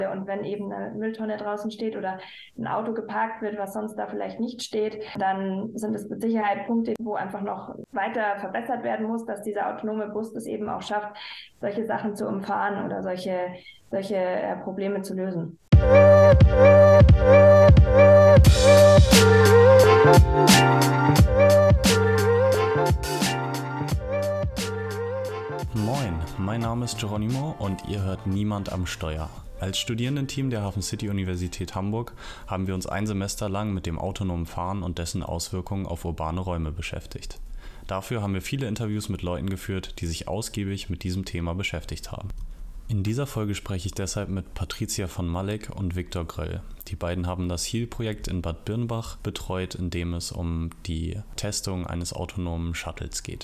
Und wenn eben eine Mülltonne draußen steht oder ein Auto geparkt wird, was sonst da vielleicht nicht steht, dann sind es mit Sicherheit Punkte, wo einfach noch weiter verbessert werden muss, dass dieser autonome Bus es eben auch schafft, solche Sachen zu umfahren oder solche Probleme zu lösen. Moin, mein Name ist Geronimo und ihr hört Niemand am Steuer. Als Studierendenteam der Hafen City Universität Hamburg haben wir uns ein Semester lang mit dem autonomen Fahren und dessen Auswirkungen auf urbane Räume beschäftigt. Dafür haben wir viele Interviews mit Leuten geführt, die sich ausgiebig mit diesem Thema beschäftigt haben. In dieser Folge spreche ich deshalb mit Patricia von Malek und Viktor Gröll. Die beiden haben das HEAL-Projekt in Bad Birnbach betreut, in dem es um die Testung eines autonomen Shuttles geht.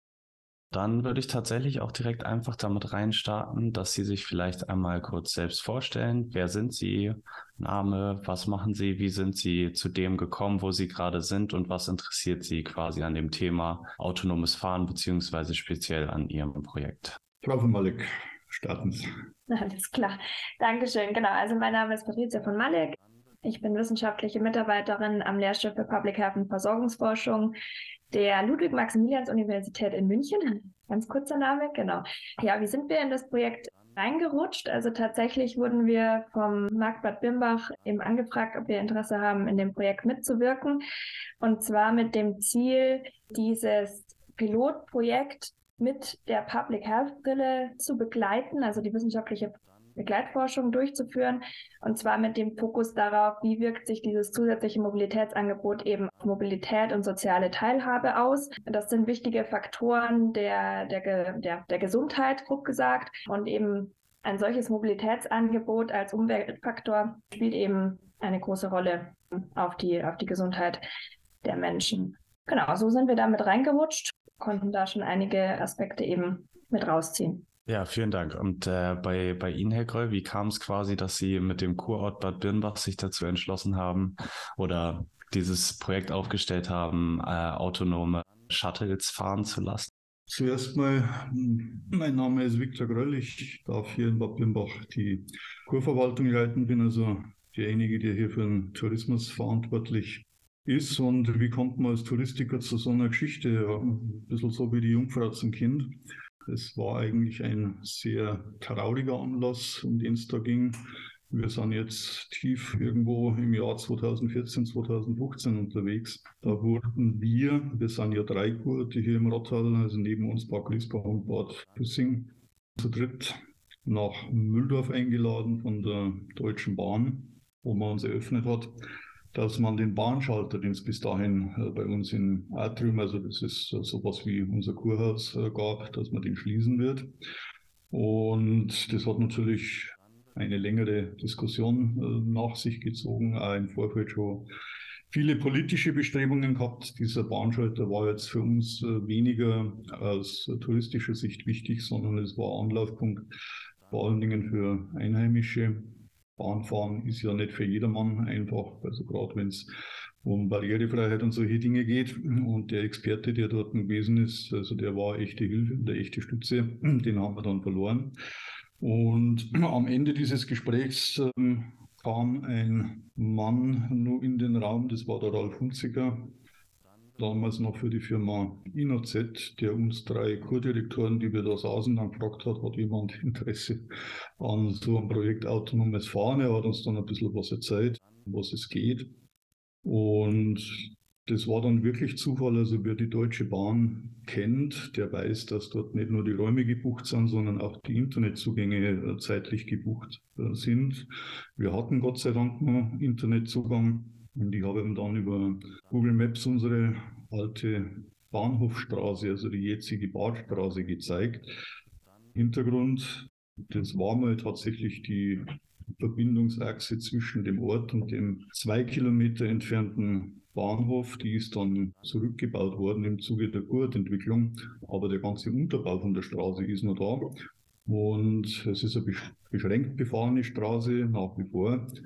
Dann würde ich tatsächlich auch direkt einfach damit reinstarten, dass Sie sich vielleicht einmal kurz selbst vorstellen. Wer sind Sie? Name, was machen Sie? Wie sind Sie zu dem gekommen, wo Sie gerade sind? Und was interessiert Sie quasi an dem Thema autonomes Fahren beziehungsweise speziell an Ihrem Projekt? Frau von Malek, starten Sie. Alles klar. Dankeschön. Genau, also mein Name ist Patricia von Malek. Ich bin wissenschaftliche Mitarbeiterin am Lehrstuhl für Public Health und Versorgungsforschung der Ludwig-Maximilians-Universität in München. Ganz kurzer Name, genau. Ja, wie sind wir in das Projekt reingerutscht? Also tatsächlich wurden wir vom Markt Bad Birnbach eben angefragt, ob wir Interesse haben, in dem Projekt mitzuwirken. Und zwar mit dem Ziel, dieses Pilotprojekt mit der Public Health Brille zu begleiten, also die wissenschaftliche Begleitforschung durchzuführen, und zwar mit dem Fokus darauf, wie wirkt sich dieses zusätzliche Mobilitätsangebot eben auf Mobilität und soziale Teilhabe aus. Das sind wichtige Faktoren der Gesundheit, grob gesagt, und eben ein solches Mobilitätsangebot als Umweltfaktor spielt eben eine große Rolle auf die Gesundheit der Menschen. Genau, so sind wir damit reingerutscht, konnten da schon einige Aspekte eben mit rausziehen. Ja, vielen Dank. Und bei Ihnen, Herr Gröll, wie kam es quasi, dass Sie mit dem Kurort Bad Birnbach sich dazu entschlossen haben oder dieses Projekt aufgestellt haben, autonome Shuttles fahren zu lassen? Zuerst mal, mein Name ist Viktor Gröll. Ich darf hier in Bad Birnbach die Kurverwaltung leiten, bin also derjenige, der hier für den Tourismus verantwortlich ist. Und wie kommt man als Touristiker zu so einer Geschichte? Ja, ein bisschen so wie die Jungfrau zum Kind. Es war eigentlich ein sehr trauriger Anlass, um den es da ging. Wir sind jetzt tief irgendwo im Jahr 2014, 2015 unterwegs. Da wurden wir sind ja 3 Kurorte hier im Rattal, also neben uns Bad Griesbach und Bad Füssing, zu dritt nach Mühldorf eingeladen von der Deutschen Bahn, wo man uns eröffnet hat, dass man den Bahnschalter, den es bis dahin bei uns im Atrium, also das ist sowas wie unser Kurhaus gab, dass man den schließen wird. Und das hat natürlich eine längere Diskussion nach sich gezogen, auch im Vorfeld schon viele politische Bestrebungen gehabt. Dieser Bahnschalter war jetzt für uns weniger aus touristischer Sicht wichtig, sondern es war Anlaufpunkt vor allen Dingen für Einheimische. Bahnfahren ist ja nicht für jedermann einfach, also gerade wenn es um Barrierefreiheit und solche Dinge geht. Und der Experte, der dort gewesen ist, also der war echte Hilfe, eine echte Stütze, den haben wir dann verloren. Und am Ende dieses Gesprächs kam ein Mann nur in den Raum, das war der Ralf Hunziker, damals noch für die Firma InnoZ, der uns 3 Kurdirektoren, die wir da saßen, dann gefragt hat jemand Interesse an so einem Projekt autonomes Fahren. Er hat uns dann ein bisschen was erzählt, um was es geht. Und das war dann wirklich Zufall. Also wer die Deutsche Bahn kennt, der weiß, dass dort nicht nur die Räume gebucht sind, sondern auch die Internetzugänge zeitlich gebucht sind. Wir hatten Gott sei Dank noch Internetzugang. Und ich habe ihm dann über Google Maps unsere alte Bahnhofstraße, also die jetzige Badstraße, gezeigt. Hintergrund, das war mal tatsächlich die Verbindungsachse zwischen dem Ort und dem 2 Kilometer entfernten Bahnhof. Die ist dann zurückgebaut worden im Zuge der Kurortentwicklung, aber der ganze Unterbau von der Straße ist noch da. Und es ist eine beschränkt befahrene Straße nach wie vor.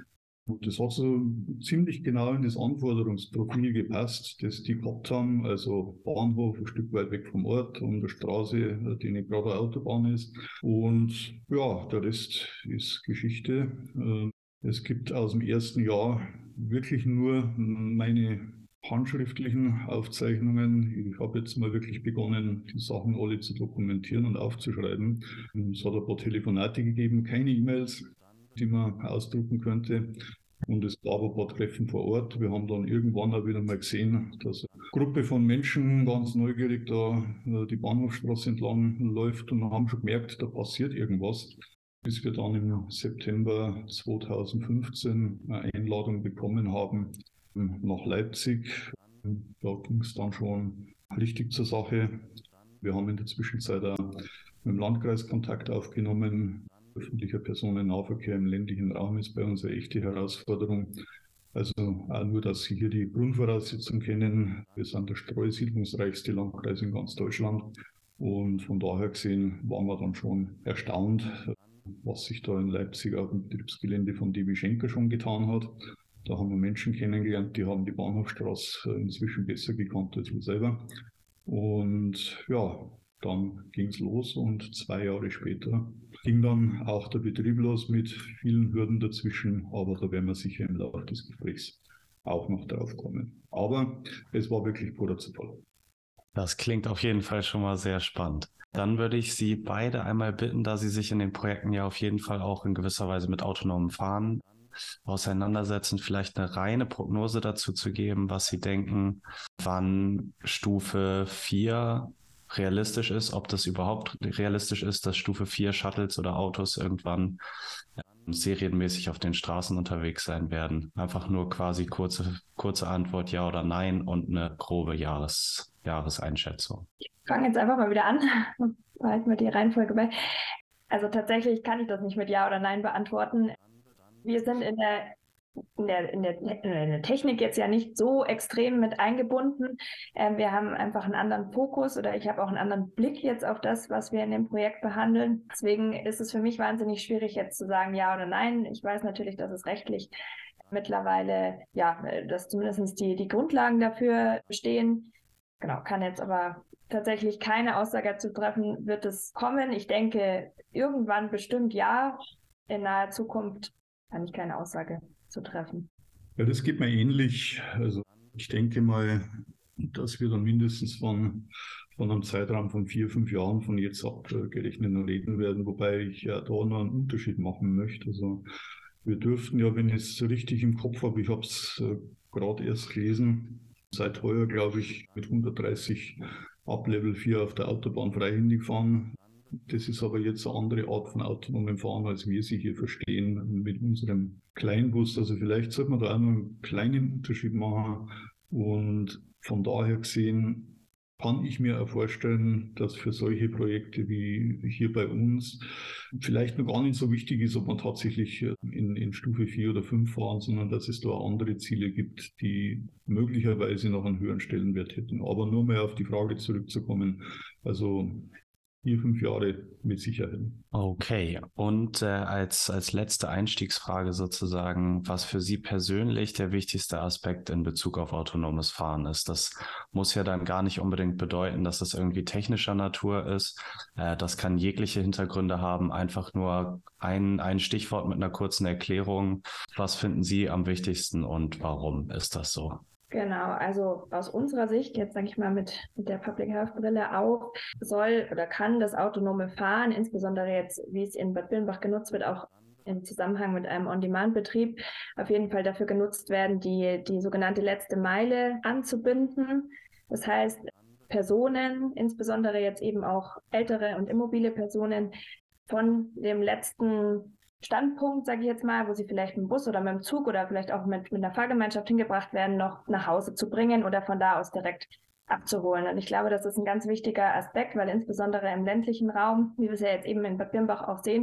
Und das hat so ziemlich genau in das Anforderungsprofil gepasst, das die gehabt haben. Also Bahnhof ein Stück weit weg vom Ort und eine Straße, die nicht gerade eine Autobahn ist. Und ja, der Rest ist Geschichte. Es gibt aus dem ersten Jahr wirklich nur meine handschriftlichen Aufzeichnungen. Ich habe jetzt mal wirklich begonnen, die Sachen alle zu dokumentieren und aufzuschreiben. Es hat ein paar Telefonate gegeben, keine E-Mails, die man ausdrucken könnte. Und es gab ein paar Treffen vor Ort. Wir haben dann irgendwann auch wieder mal gesehen, dass eine Gruppe von Menschen ganz neugierig da die Bahnhofstraße entlang läuft und haben schon gemerkt, da passiert irgendwas. Bis wir dann im September 2015 eine Einladung bekommen haben nach Leipzig. Da ging es dann schon richtig zur Sache. Wir haben in der Zwischenzeit auch mit dem Landkreis Kontakt aufgenommen. Öffentlicher Personennahverkehr im ländlichen Raum ist bei uns eine echte Herausforderung. Also auch nur, dass Sie hier die Grundvoraussetzungen kennen. Wir sind der streusiedlungsreichste Landkreis in ganz Deutschland. Und von daher gesehen waren wir dann schon erstaunt, was sich da in Leipzig auf dem Betriebsgelände von DB Schenker schon getan hat. Da haben wir Menschen kennengelernt, die haben die Bahnhofstraße inzwischen besser gekannt als wir selber. Und ja, dann ging es los und 2 Jahre später ging dann auch der Betrieb los mit vielen Hürden dazwischen, aber da werden wir sicher im Laufe des Gesprächs auch noch drauf kommen. Aber es war wirklich purer Zufall. Das klingt auf jeden Fall schon mal sehr spannend. Dann würde ich Sie beide einmal bitten, da Sie sich in den Projekten ja auf jeden Fall auch in gewisser Weise mit autonomem Fahren auseinandersetzen, vielleicht eine reine Prognose dazu zu geben, was Sie denken, wann Stufe 4 realistisch ist, ob das überhaupt realistisch ist, dass Stufe 4 Shuttles oder Autos irgendwann serienmäßig auf den Straßen unterwegs sein werden. Einfach nur quasi kurze Antwort, ja oder nein und eine grobe Jahreseinschätzung. Ich fange jetzt einfach mal wieder an, behalten wir die Reihenfolge bei. Also tatsächlich kann ich das nicht mit Ja oder Nein beantworten. Wir sind in der Technik jetzt ja nicht so extrem mit eingebunden. Wir haben einfach einen anderen Fokus oder ich habe auch einen anderen Blick jetzt auf das, was wir in dem Projekt behandeln. Deswegen ist es für mich wahnsinnig schwierig jetzt zu sagen Ja oder Nein. Ich weiß natürlich, dass es rechtlich mittlerweile, ja, dass zumindest die Grundlagen dafür bestehen. Genau, kann jetzt aber tatsächlich keine Aussage dazu treffen, wird es kommen. Ich denke, irgendwann bestimmt ja, in naher Zukunft kann ich keine Aussage zu treffen. Ja, das geht mir ähnlich. Also ich denke mal, dass wir dann mindestens von einem Zeitraum von 4, 5 Jahren von jetzt abgerechnet noch reden werden, wobei ich ja da noch einen Unterschied machen möchte. Also wir dürften ja, wenn ich es richtig im Kopf habe, ich habe es gerade erst gelesen, seit heuer, glaube ich, mit 130 ab Level 4 auf der Autobahn freihändig fahren. Das ist aber jetzt eine andere Art von autonomem Fahren, als wir sie hier verstehen mit unserem Kleinbus. Also vielleicht sollte man da auch noch einen kleinen Unterschied machen. Und von daher gesehen kann ich mir auch vorstellen, dass für solche Projekte wie hier bei uns vielleicht noch gar nicht so wichtig ist, ob man tatsächlich in Stufe 4 oder 5 fahren, sondern dass es da andere Ziele gibt, die möglicherweise noch einen höheren Stellenwert hätten. Aber nur mehr auf die Frage zurückzukommen, also 4, 5 Jahre mit Sicherheit. Okay, und als letzte Einstiegsfrage sozusagen, was für Sie persönlich der wichtigste Aspekt in Bezug auf autonomes Fahren ist. Das muss ja dann gar nicht unbedingt bedeuten, dass es irgendwie technischer Natur ist. Das kann jegliche Hintergründe haben, einfach nur ein Stichwort mit einer kurzen Erklärung. Was finden Sie am wichtigsten und warum ist das so? Genau, also aus unserer Sicht, jetzt sage ich mal mit der Public Health Brille auch, soll oder kann das autonome Fahren, insbesondere jetzt, wie es in Bad Birnbach genutzt wird, auch im Zusammenhang mit einem On-Demand-Betrieb, auf jeden Fall dafür genutzt werden, die sogenannte letzte Meile anzubinden. Das heißt, Personen, insbesondere jetzt eben auch ältere und immobile Personen, von dem letzten Standpunkt, sage ich jetzt mal, wo sie vielleicht mit dem Bus oder mit dem Zug oder vielleicht auch mit einer Fahrgemeinschaft hingebracht werden, noch nach Hause zu bringen oder von da aus direkt abzuholen. Und ich glaube, das ist ein ganz wichtiger Aspekt, weil insbesondere im ländlichen Raum, wie wir es ja jetzt eben in Bad Birnbach auch sehen,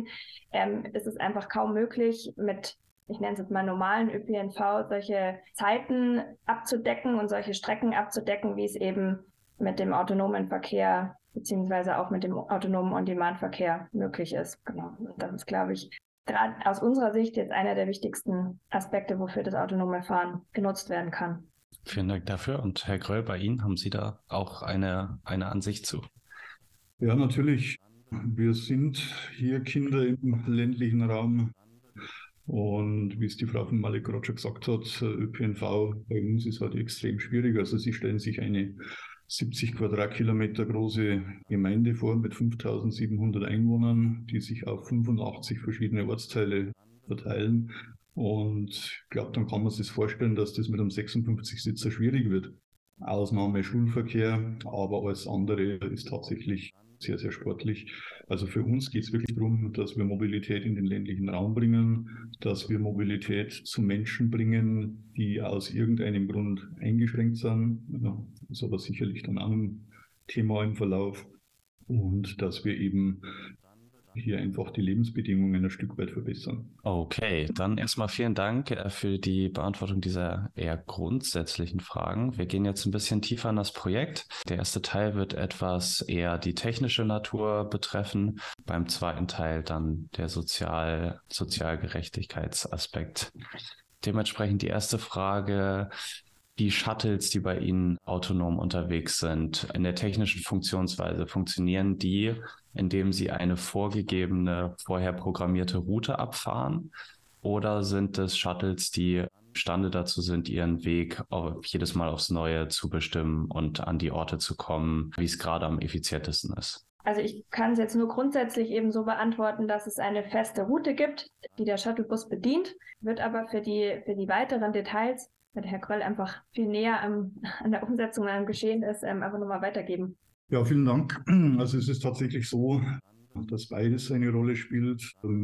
ist es einfach kaum möglich, mit, ich nenne es jetzt mal normalen ÖPNV, solche Zeiten abzudecken und solche Strecken abzudecken, wie es eben mit dem autonomen Verkehr beziehungsweise auch mit dem autonomen On-Demand-Verkehr möglich ist. Genau. Und das ist, glaube ich, gerade aus unserer Sicht jetzt einer der wichtigsten Aspekte, wofür das autonome Fahren genutzt werden kann. Vielen Dank dafür. Und Herr Gröll, bei Ihnen haben Sie da auch eine Ansicht zu? Ja, natürlich. Wir sind hier Kinder im ländlichen Raum. Und wie es die Frau von Malek gerade schon gesagt hat, ÖPNV bei uns ist halt extrem schwierig. Also Sie stellen sich eine 70 Quadratkilometer große Gemeinde vor mit 5.700 Einwohnern, die sich auf 85 verschiedene Ortsteile verteilen. Und ich glaube, dann kann man sich vorstellen, dass das mit einem 56-Sitzer schwierig wird. Ausnahme Schulverkehr, aber alles andere ist tatsächlich sehr, sehr sportlich. Also für uns geht es wirklich darum, dass wir Mobilität in den ländlichen Raum bringen, dass wir Mobilität zu Menschen bringen, die aus irgendeinem Grund eingeschränkt sind. Ja, das ist aber sicherlich dann auch ein Thema im Verlauf. Und dass wir eben hier einfach die Lebensbedingungen ein Stück weit verbessern. Okay, dann erstmal vielen Dank für die Beantwortung dieser eher grundsätzlichen Fragen. Wir gehen jetzt ein bisschen tiefer in das Projekt. Der erste Teil wird etwas eher die technische Natur betreffen, beim zweiten Teil dann der Sozialgerechtigkeitsaspekt. Dementsprechend die erste Frage: Die Shuttles, die bei Ihnen autonom unterwegs sind, in der technischen Funktionsweise, funktionieren die, indem sie eine vorgegebene, vorher programmierte Route abfahren? Oder sind es Shuttles, die imstande dazu sind, ihren Weg jedes Mal aufs Neue zu bestimmen und an die Orte zu kommen, wie es gerade am effizientesten ist? Also ich kann es jetzt nur grundsätzlich eben so beantworten, dass es eine feste Route gibt, die der Shuttlebus bedient, wird aber für die weiteren Details, weil der Herr Gröll einfach viel näher an der Umsetzung am Geschehen ist, einfach nochmal weitergeben. Ja, vielen Dank. Also es ist tatsächlich so, dass beides eine Rolle spielt.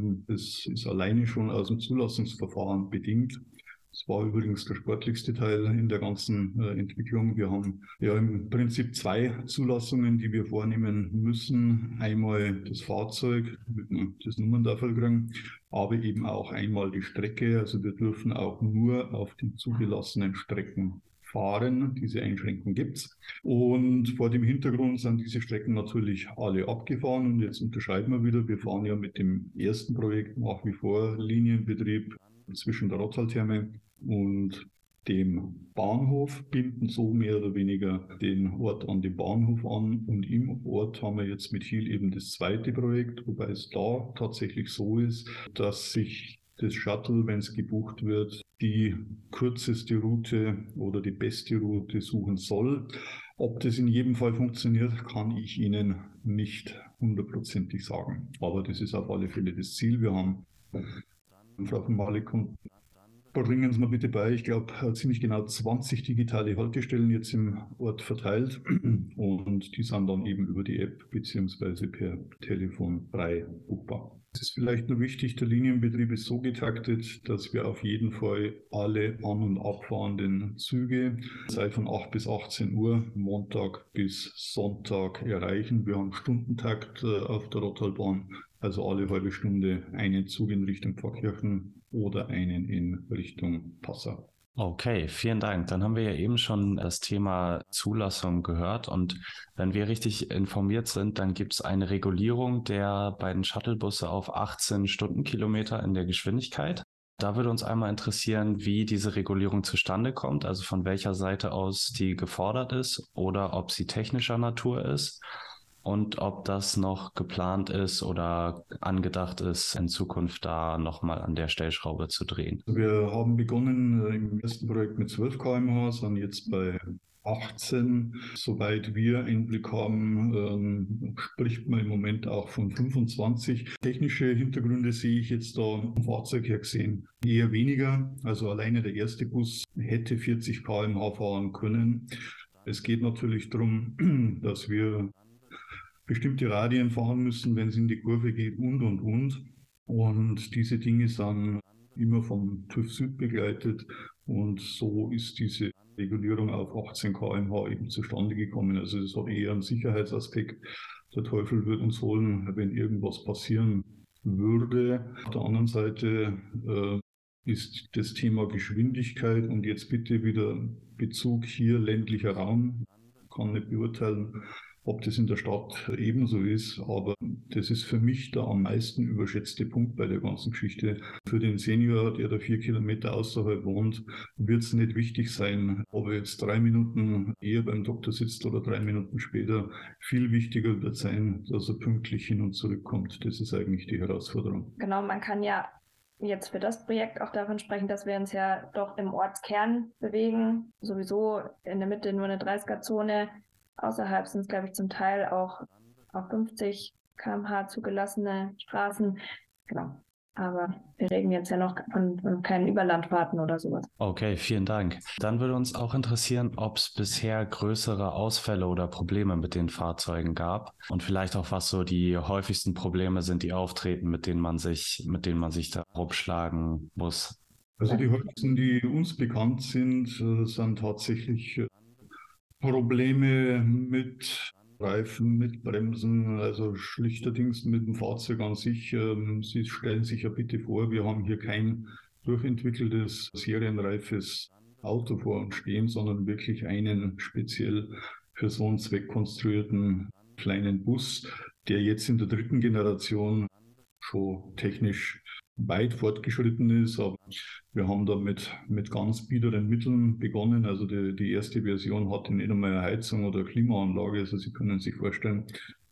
Das ist alleine schon aus dem Zulassungsverfahren bedingt. Das war übrigens der sportlichste Teil in der ganzen Entwicklung. Wir haben ja im Prinzip zwei Zulassungen, die wir vornehmen müssen. Einmal das Fahrzeug, damit wir das Nummerntafel kriegen, aber eben auch einmal die Strecke. Also wir dürfen auch nur auf den zugelassenen Strecken fahren. Diese Einschränkung gibt es. Und vor dem Hintergrund sind diese Strecken natürlich alle abgefahren. Und jetzt unterscheiden wir wieder. Wir fahren ja mit dem ersten Projekt nach wie vor Linienbetrieb zwischen der Rottaltherme und dem Bahnhof, binden so mehr oder weniger den Ort an den Bahnhof an. Und im Ort haben wir jetzt mit Hiel eben das zweite Projekt, wobei es da tatsächlich so ist, dass sich das Shuttle, wenn es gebucht wird, die kürzeste Route oder die beste Route suchen soll. Ob das in jedem Fall funktioniert, kann ich Ihnen nicht hundertprozentig sagen. Aber das ist auf alle Fälle das Ziel. Wir haben, Frau von Malek, bringen Sie mir bitte bei, ich glaube, ziemlich genau 20 digitale Haltestellen jetzt im Ort verteilt. Und die sind dann eben über die App bzw. per Telefon frei buchbar. Es ist vielleicht nur wichtig, der Linienbetrieb ist so getaktet, dass wir auf jeden Fall alle an- und abfahrenden Züge, sei von 8 bis 18 Uhr, Montag bis Sonntag erreichen. Wir haben Stundentakt auf der Rottalbahn, also alle halbe Stunde einen Zug in Richtung Pfarrkirchen oder einen in Richtung Passau. Okay, vielen Dank. Dann haben wir ja eben schon das Thema Zulassung gehört, und wenn wir richtig informiert sind, dann gibt es eine Regulierung der beiden Shuttlebusse auf 18 Stundenkilometer in der Geschwindigkeit. Da würde uns einmal interessieren, wie diese Regulierung zustande kommt, also von welcher Seite aus die gefordert ist oder ob sie technischer Natur ist. Und ob das noch geplant ist oder angedacht ist, in Zukunft da nochmal an der Stellschraube zu drehen. Wir haben begonnen im ersten Projekt mit 12 km/h, sind jetzt bei 18. Soweit wir Einblick haben, spricht man im Moment auch von 25. Technische Hintergründe sehe ich jetzt da vom Fahrzeug her gesehen eher weniger. Also alleine der erste Bus hätte 40 km/h fahren können. Es geht natürlich darum, dass wir bestimmte Radien fahren müssen, wenn es in die Kurve geht und. Und diese Dinge sind immer vom TÜV Süd begleitet, und so ist diese Regulierung auf 18 km/h eben zustande gekommen. Also das hat eher einen Sicherheitsaspekt. Der Teufel wird uns holen, wenn irgendwas passieren würde. Auf der anderen Seite ist das Thema Geschwindigkeit, und jetzt bitte wieder Bezug hier ländlicher Raum, kann nicht beurteilen, ob das in der Stadt ebenso ist, aber das ist für mich der am meisten überschätzte Punkt bei der ganzen Geschichte. Für den Senior, der da 4 Kilometer außerhalb wohnt, wird es nicht wichtig sein, ob er jetzt 3 Minuten eher beim Doktor sitzt oder 3 Minuten später. Viel wichtiger wird sein, dass er pünktlich hin und zurückkommt. Das ist eigentlich die Herausforderung. Genau, man kann ja jetzt für das Projekt auch davon sprechen, dass wir uns ja doch im Ortskern bewegen. Sowieso in der Mitte nur eine 30er-Zone. Außerhalb sind es, glaube ich, zum Teil auch auf 50 km/h zugelassene Straßen. Genau. Aber wir reden jetzt ja noch von keinen Überlandfahrten oder sowas. Okay, vielen Dank. Dann würde uns auch interessieren, ob es bisher größere Ausfälle oder Probleme mit den Fahrzeugen gab und vielleicht auch, was so die häufigsten Probleme sind, die auftreten, mit denen man sich da rumschlagen muss. Also die häufigsten, die uns bekannt sind, sind tatsächlich Probleme mit Reifen, mit Bremsen, also schlichterdings mit dem Fahrzeug an sich. Sie stellen sich ja bitte vor, wir haben hier kein durchentwickeltes, serienreifes Auto vor uns stehen, sondern wirklich einen speziell für so einen Zweck konstruierten kleinen Bus, der jetzt in der 3. Generation schon technisch weit fortgeschritten ist, aber wir haben da mit ganz biederen Mitteln begonnen. Also die erste Version hatte nicht einmal eine Heizung oder eine Klimaanlage. Also Sie können sich vorstellen,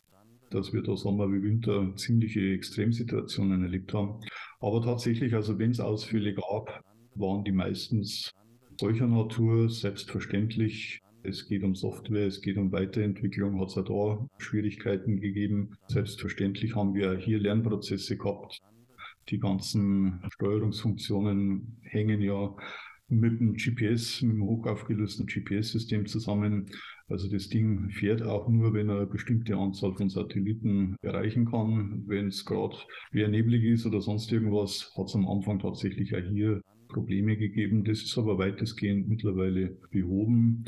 dass wir da Sommer wie Winter ziemliche Extremsituationen erlebt haben. Aber tatsächlich, also wenn es Ausfälle gab, waren die meistens solcher Natur, selbstverständlich. Es geht um Software, es geht um Weiterentwicklung, hat es auch da Schwierigkeiten gegeben. Selbstverständlich haben wir hier Lernprozesse gehabt. Die ganzen Steuerungsfunktionen hängen ja mit dem GPS, mit dem hochaufgelösten GPS-System zusammen. Also das Ding fährt auch nur, wenn er eine bestimmte Anzahl von Satelliten erreichen kann. Wenn es gerade eher neblig ist oder sonst irgendwas, hat es am Anfang tatsächlich auch hier Probleme gegeben. Das ist aber weitestgehend mittlerweile behoben.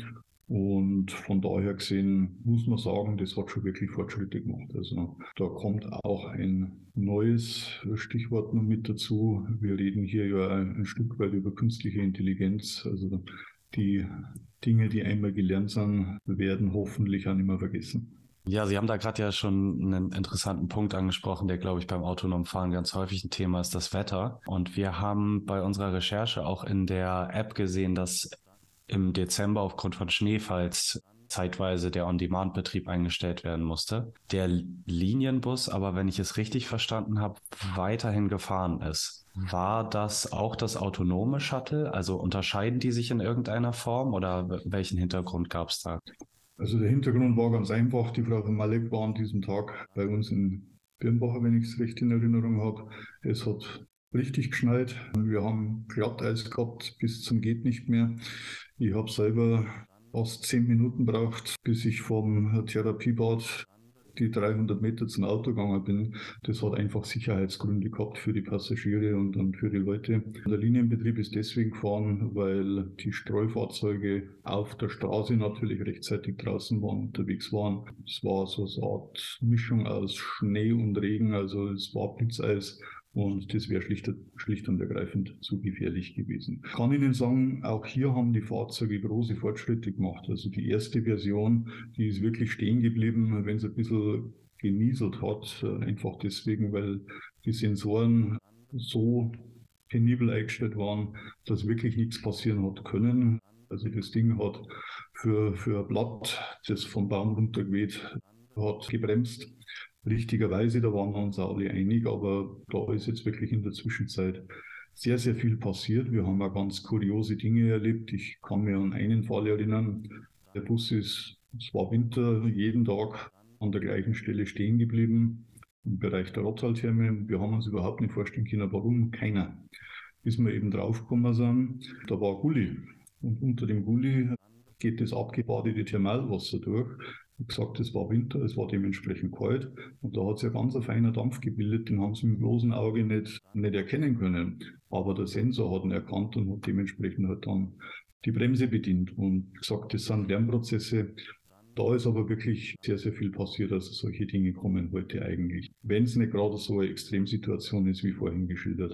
Und von daher gesehen muss man sagen, das hat schon wirklich Fortschritte gemacht. Also da kommt auch ein neues Stichwort noch mit dazu. Wir reden hier ja ein Stück weit über künstliche Intelligenz. Also die Dinge, die einmal gelernt sind, werden hoffentlich auch nicht mehr vergessen. Ja, Sie haben da gerade ja schon einen interessanten Punkt angesprochen, der, glaube ich, beim autonomen Fahren ganz häufig ein Thema ist, das Wetter. Und wir haben bei unserer Recherche auch in der App gesehen, dass im Dezember aufgrund von Schneefalls zeitweise der On-Demand-Betrieb eingestellt werden musste. Der Linienbus, aber wenn ich es richtig verstanden habe, weiterhin gefahren ist. War das auch das autonome Shuttle? Also unterscheiden die sich in irgendeiner Form oder welchen Hintergrund gab es da? Also der Hintergrund war ganz einfach. Die Frau von Malek war an diesem Tag bei uns in Birnbach, wenn ich es recht in Erinnerung habe. Es hat richtig geschneit. Wir haben Glatteis gehabt bis zum geht nicht mehr. Ich habe selber fast 10 Minuten gebraucht, bis ich vom Therapiebad die 300 Meter zum Auto gegangen bin. Das hat einfach Sicherheitsgründe gehabt für die Passagiere und dann für die Leute. Der Linienbetrieb ist deswegen gefahren, weil die Streufahrzeuge auf der Straße natürlich rechtzeitig draußen waren, unterwegs waren. Es war so eine Art Mischung aus Schnee und Regen, also es war Blitzeis. Und das wäre schlicht und ergreifend zu gefährlich gewesen. Ich kann Ihnen sagen, auch hier haben die Fahrzeuge große Fortschritte gemacht. Also die erste Version, die ist wirklich stehen geblieben, wenn es ein bisschen genieselt hat. Einfach deswegen, weil die Sensoren so penibel eingestellt waren, dass wirklich nichts passieren hat können. Also das Ding hat für ein Blatt, das vom Baum runtergeweht hat, gebremst. Richtigerweise, da waren wir uns alle einig, aber da ist jetzt wirklich in der Zwischenzeit sehr, sehr viel passiert. Wir haben auch ganz kuriose Dinge erlebt. Ich kann mir an einen Fall erinnern. Der Bus es war Winter, jeden Tag an der gleichen Stelle stehen geblieben, im Bereich der Rottaltherme. Wir haben uns überhaupt nicht vorstellen können, warum keiner. Bis wir eben draufgekommen sind, da war Gully. Und unter dem Gully geht das abgebadete Thermalwasser durch. Wie gesagt, es war Winter, es war dementsprechend kalt und da hat sich ein ganz feiner Dampf gebildet, den haben sie mit dem bloßen Auge nicht erkennen können. Aber der Sensor hat ihn erkannt und hat dementsprechend halt dann die Bremse bedient. Und wie gesagt, das sind Lernprozesse. Da ist aber wirklich sehr, sehr viel passiert. Also solche Dinge kommen heute eigentlich, wenn es nicht gerade so eine Extremsituation ist, wie vorhin geschildert,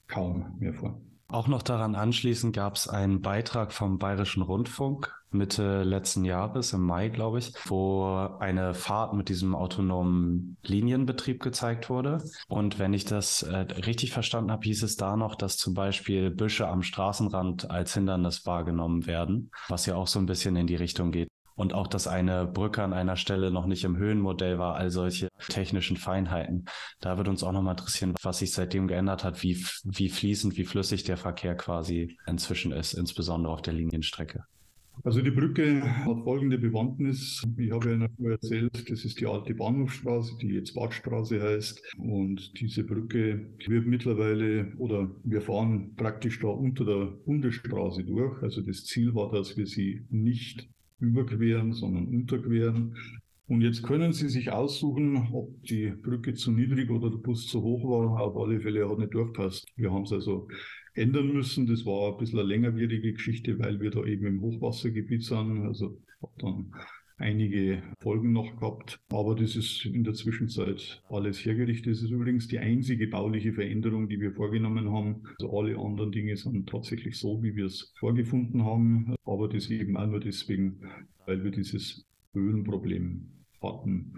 kaum mehr vor. Auch noch daran anschließend gab es einen Beitrag vom Bayerischen Rundfunk Mitte letzten Jahres, im Mai, glaube ich, wo eine Fahrt mit diesem autonomen Linienbetrieb gezeigt wurde. Und wenn ich das richtig verstanden habe, hieß es da noch, dass zum Beispiel Büsche am Straßenrand als Hindernis wahrgenommen werden, was ja auch so ein bisschen in die Richtung geht. Und auch, dass eine Brücke an einer Stelle noch nicht im Höhenmodell war, all solche technischen Feinheiten. Da würde uns auch nochmal interessieren, was sich seitdem geändert hat, wie fließend, wie flüssig der Verkehr quasi inzwischen ist, insbesondere auf der Linienstrecke. Also die Brücke hat folgende Bewandtnis. Ich habe ja noch erzählt, das ist die alte Bahnhofstraße, die jetzt Badstraße heißt. Und diese Brücke wird mittlerweile, oder wir fahren praktisch da unter der Bundesstraße durch. Also das Ziel war, dass wir sie nicht überqueren, sondern unterqueren. Und jetzt können Sie sich aussuchen, ob die Brücke zu niedrig oder der Bus zu hoch war. Auf alle Fälle hat nicht durchpasst. Wir haben es also ändern müssen. Das war ein bisschen eine längerwierige Geschichte, weil wir da eben im Hochwassergebiet sind. Also habe dann einige Folgen noch gehabt. Aber das ist in der Zwischenzeit alles hergerichtet. Das ist übrigens die einzige bauliche Veränderung, die wir vorgenommen haben. Also alle anderen Dinge sind tatsächlich so, wie wir es vorgefunden haben. Aber das eben auch nur deswegen, weil wir dieses Höhenproblem hatten.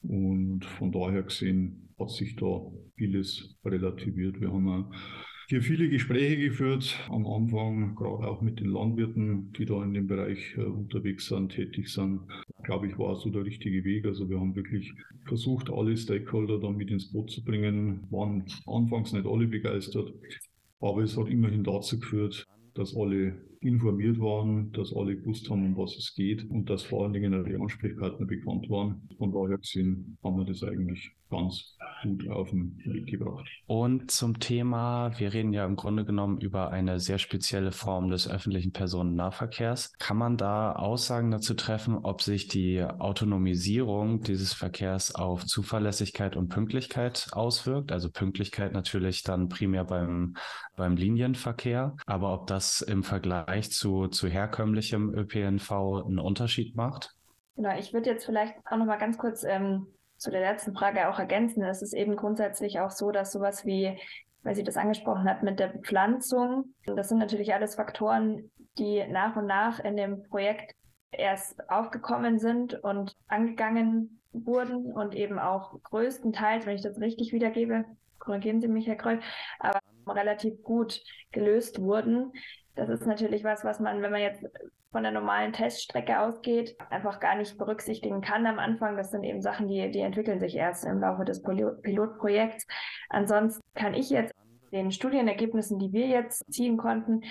Und von daher gesehen hat sich da vieles relativiert. Wir haben hier viele Gespräche geführt, am Anfang gerade auch mit den Landwirten, die da in dem Bereich unterwegs sind, tätig sind. Glaube ich, war so der richtige Weg. Also wir haben wirklich versucht, alle Stakeholder da mit ins Boot zu bringen. Waren anfangs nicht alle begeistert, aber es hat immerhin dazu geführt, dass alle informiert waren, dass alle gewusst haben, um was es geht und dass vor allen Dingen die Ansprechpartner bekannt waren. Von daher gesehen haben wir das eigentlich ganz gut auf den Weg gebracht. Und zum Thema, wir reden ja im Grunde genommen über eine sehr spezielle Form des öffentlichen Personennahverkehrs. Kann man da Aussagen dazu treffen, ob sich die Autonomisierung dieses Verkehrs auf Zuverlässigkeit und Pünktlichkeit auswirkt? Also Pünktlichkeit natürlich dann primär beim Linienverkehr, aber ob das im Vergleich zu herkömmlichem ÖPNV einen Unterschied macht? Genau, ich würde jetzt vielleicht auch noch mal ganz kurz zu der letzten Frage auch ergänzen. Es ist eben grundsätzlich auch so, dass sowas wie, weil sie das angesprochen hat, mit der Bepflanzung, das sind natürlich alles Faktoren, die nach und nach in dem Projekt erst aufgekommen sind und angegangen wurden und eben auch größtenteils, wenn ich das richtig wiedergebe, korrigieren Sie mich, Herr Kroll, aber relativ gut gelöst wurden. Das ist natürlich was man, wenn man jetzt von der normalen Teststrecke ausgeht, einfach gar nicht berücksichtigen kann am Anfang. Das sind eben Sachen, die entwickeln sich erst im Laufe des Pilotprojekts. Ansonsten kann ich jetzt den Studienergebnissen, die wir jetzt ziehen konnten,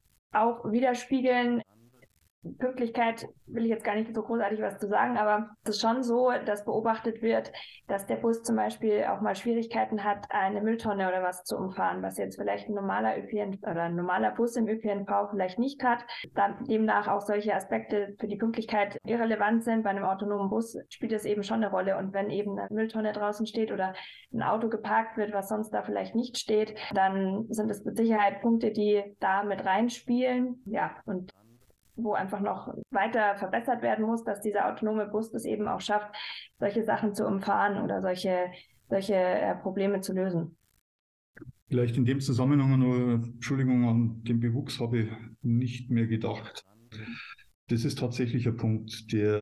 auch widerspiegeln. Pünktlichkeit will ich jetzt gar nicht so großartig was zu sagen, aber es ist schon so, dass beobachtet wird, dass der Bus zum Beispiel auch mal Schwierigkeiten hat, eine Mülltonne oder was zu umfahren, was jetzt vielleicht ein normaler ÖPNV oder ein normaler Bus im ÖPNV vielleicht nicht hat. Dann demnach auch solche Aspekte für die Pünktlichkeit irrelevant sind. Bei einem autonomen Bus spielt es eben schon eine Rolle. Und wenn eben eine Mülltonne draußen steht oder ein Auto geparkt wird, was sonst da vielleicht nicht steht, dann sind es mit Sicherheit Punkte, die da mit reinspielen. Ja, und wo einfach noch weiter verbessert werden muss, dass dieser autonome Bus das eben auch schafft, solche Sachen zu umfahren oder solche Probleme zu lösen. Vielleicht in dem Zusammenhang nur, Entschuldigung, an den Bewuchs habe ich nicht mehr gedacht. Das ist tatsächlich ein Punkt, der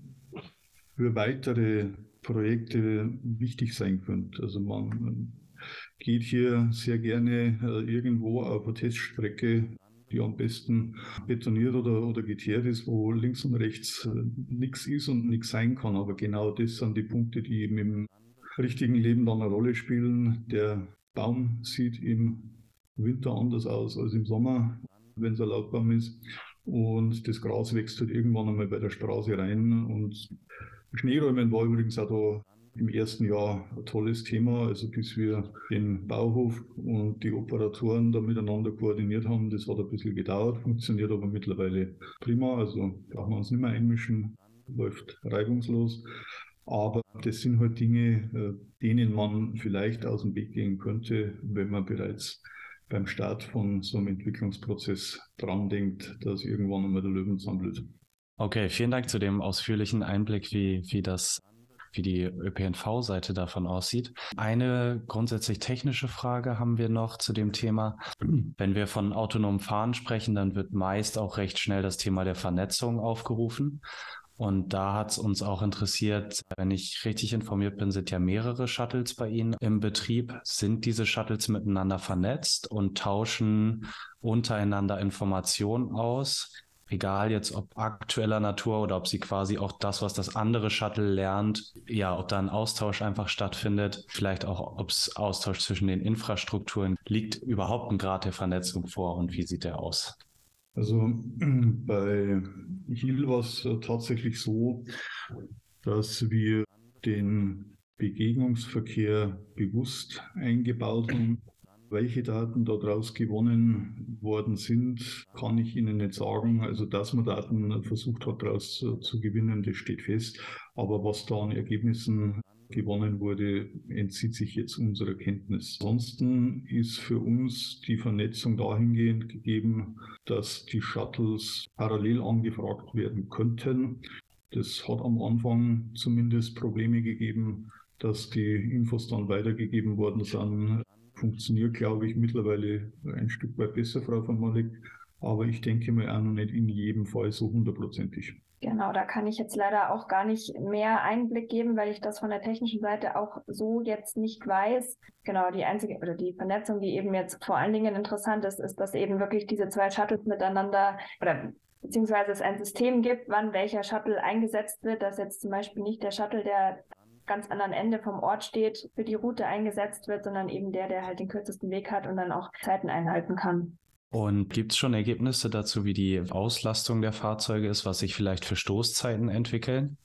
für weitere Projekte wichtig sein könnte. Also man geht hier sehr gerne irgendwo auf eine Teststrecke, die am besten betoniert oder geteert ist, wo links und rechts nichts ist und nichts sein kann. Aber genau das sind die Punkte, die eben im richtigen Leben dann eine Rolle spielen. Der Baum sieht im Winter anders aus als im Sommer, wenn es ein Laubbaum ist. Und das Gras wächst halt irgendwann einmal bei der Straße rein. Und Schneeräumen war übrigens auch da im ersten Jahr ein tolles Thema, also bis wir den Bauhof und die Operatoren da miteinander koordiniert haben. Das hat ein bisschen gedauert, funktioniert aber mittlerweile prima, also brauchen wir uns nicht mehr einmischen, läuft reibungslos. Aber das sind halt Dinge, denen man vielleicht aus dem Weg gehen könnte, wenn man bereits beim Start von so einem Entwicklungsprozess dran denkt, dass irgendwann einmal der Löwenzahn blüht. Okay, vielen Dank zu dem ausführlichen Einblick, wie das wie die ÖPNV-Seite davon aussieht. Eine grundsätzlich technische Frage haben wir noch zu dem Thema. Wenn wir von autonomem Fahren sprechen, dann wird meist auch recht schnell das Thema der Vernetzung aufgerufen. Und da hat es uns auch interessiert, wenn ich richtig informiert bin, sind ja mehrere Shuttles bei Ihnen im Betrieb. Sind diese Shuttles miteinander vernetzt und tauschen untereinander Informationen aus? Egal jetzt ob aktueller Natur oder ob sie quasi auch das, was das andere Shuttle lernt, ja, ob da ein Austausch einfach stattfindet, vielleicht auch, ob es Austausch zwischen den Infrastrukturen liegt, überhaupt ein Grad der Vernetzung vor und wie sieht der aus? Also bei HIL war es tatsächlich so, dass wir den Begegnungsverkehr bewusst eingebaut haben. Welche Daten daraus gewonnen worden sind, kann ich Ihnen nicht sagen. Also, dass man Daten versucht hat, daraus zu gewinnen, das steht fest. Aber was da an Ergebnissen gewonnen wurde, entzieht sich jetzt unserer Kenntnis. Ansonsten ist für uns die Vernetzung dahingehend gegeben, dass die Shuttles parallel angefragt werden könnten. Das hat am Anfang zumindest Probleme gegeben, dass die Infos dann weitergegeben worden sind. Funktioniert, glaube ich, mittlerweile ein Stück weit besser, Frau von Malik. Aber ich denke mal auch noch nicht in jedem Fall so hundertprozentig. Genau, da kann ich jetzt leider auch gar nicht mehr Einblick geben, weil ich das von der technischen Seite auch so jetzt nicht weiß. Genau, die einzige oder die Vernetzung, die eben jetzt vor allen Dingen interessant ist, ist, dass eben wirklich diese zwei Shuttles miteinander oder beziehungsweise es ein System gibt, wann welcher Shuttle eingesetzt wird, dass jetzt zum Beispiel nicht der Shuttle, der ganz anderen Ende vom Ort steht, für die Route eingesetzt wird, sondern eben der halt den kürzesten Weg hat und dann auch Zeiten einhalten kann. Und gibt es schon Ergebnisse dazu, wie die Auslastung der Fahrzeuge ist, was sich vielleicht für Stoßzeiten entwickeln?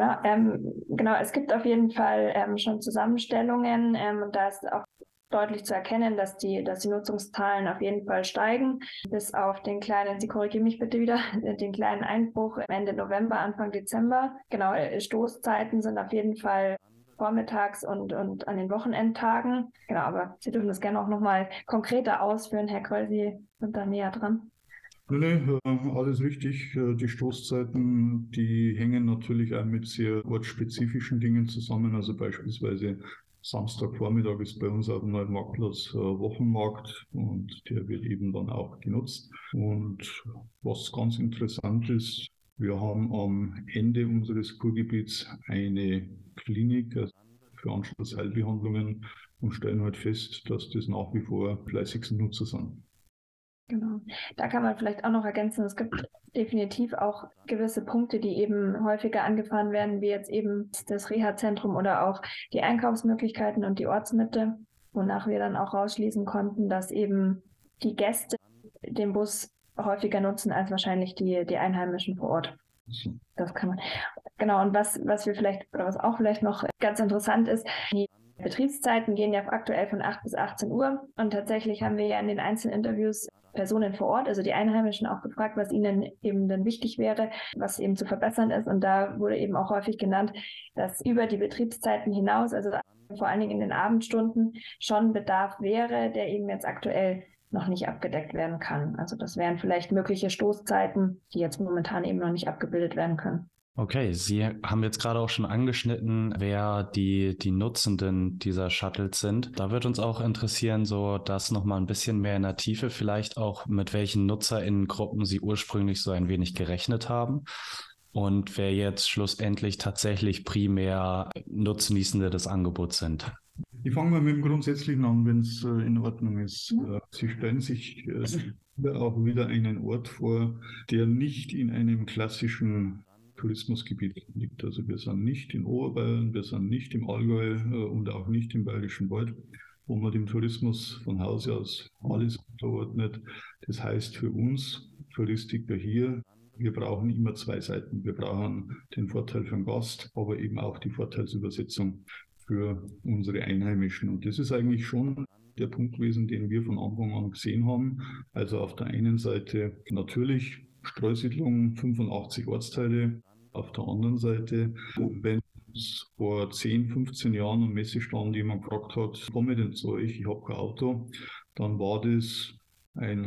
Genau, es gibt auf jeden Fall schon Zusammenstellungen und da ist auch deutlich zu erkennen, dass die Nutzungszahlen auf jeden Fall steigen, bis auf den kleinen, Sie korrigieren mich bitte wieder, den kleinen Einbruch Ende November, Anfang Dezember. Genau, Stoßzeiten sind auf jeden Fall vormittags und an den Wochenendtagen. Genau, aber Sie dürfen das gerne auch nochmal konkreter ausführen, Herr Kröll, Sie sind da näher dran. Nee, alles richtig. Die Stoßzeiten, die hängen natürlich auch mit sehr ortsspezifischen Dingen zusammen. Also beispielsweise Samstagvormittag ist bei uns auf dem neuen Marktplatz Wochenmarkt und der wird eben dann auch genutzt. Und was ganz interessant ist, wir haben am Ende unseres Kurgebiets eine Klinik für Anschlussheilbehandlungen und stellen halt fest, dass das nach wie vor fleißigste Nutzer sind. Genau. Da kann man vielleicht auch noch ergänzen, es gibt definitiv auch gewisse Punkte, die eben häufiger angefahren werden, wie jetzt eben das Reha-Zentrum oder auch die Einkaufsmöglichkeiten und die Ortsmitte, wonach wir dann auch rausschließen konnten, dass eben die Gäste den Bus häufiger nutzen als wahrscheinlich die Einheimischen vor Ort. Das kann man. Genau, und was wir vielleicht, oder was auch vielleicht noch ganz interessant ist, die Betriebszeiten gehen ja aktuell von 8 bis 18 Uhr und tatsächlich haben wir ja in den einzelnen Interviews Personen vor Ort, also die Einheimischen, auch gefragt, was ihnen eben dann wichtig wäre, was eben zu verbessern ist. Und da wurde eben auch häufig genannt, dass über die Betriebszeiten hinaus, also vor allen Dingen in den Abendstunden, schon Bedarf wäre, der eben jetzt aktuell noch nicht abgedeckt werden kann. Also das wären vielleicht mögliche Stoßzeiten, die jetzt momentan eben noch nicht abgebildet werden können. Okay, Sie haben jetzt gerade auch schon angeschnitten, wer die Nutzenden dieser Shuttles sind. Da wird uns auch interessieren, so das nochmal ein bisschen mehr in der Tiefe, vielleicht auch mit welchen NutzerInnengruppen Sie ursprünglich so ein wenig gerechnet haben und wer jetzt schlussendlich tatsächlich primär Nutznießende des Angebots sind. Ich fange mal mit dem Grundsätzlichen an, wenn es in Ordnung ist. Sie stellen sich auch wieder einen Ort vor, der nicht in einem klassischen Tourismusgebiet liegt. Also wir sind nicht in Oberbayern, wir sind nicht im Allgäu und auch nicht im Bayerischen Wald, wo man dem Tourismus von Hause aus alles unterordnet. Das heißt für uns Touristiker hier, wir brauchen immer zwei Seiten. Wir brauchen den Vorteil für den Gast, aber eben auch die Vorteilsübersetzung für unsere Einheimischen. Und das ist eigentlich schon der Punkt gewesen, den wir von Anfang an gesehen haben. Also auf der einen Seite natürlich Streusiedlung, 85 Ortsteile. Auf der anderen Seite, wenn es vor 10, 15 Jahren am Messestand jemand gefragt hat, komme ich denn zu euch, ich habe kein Auto, dann war das ein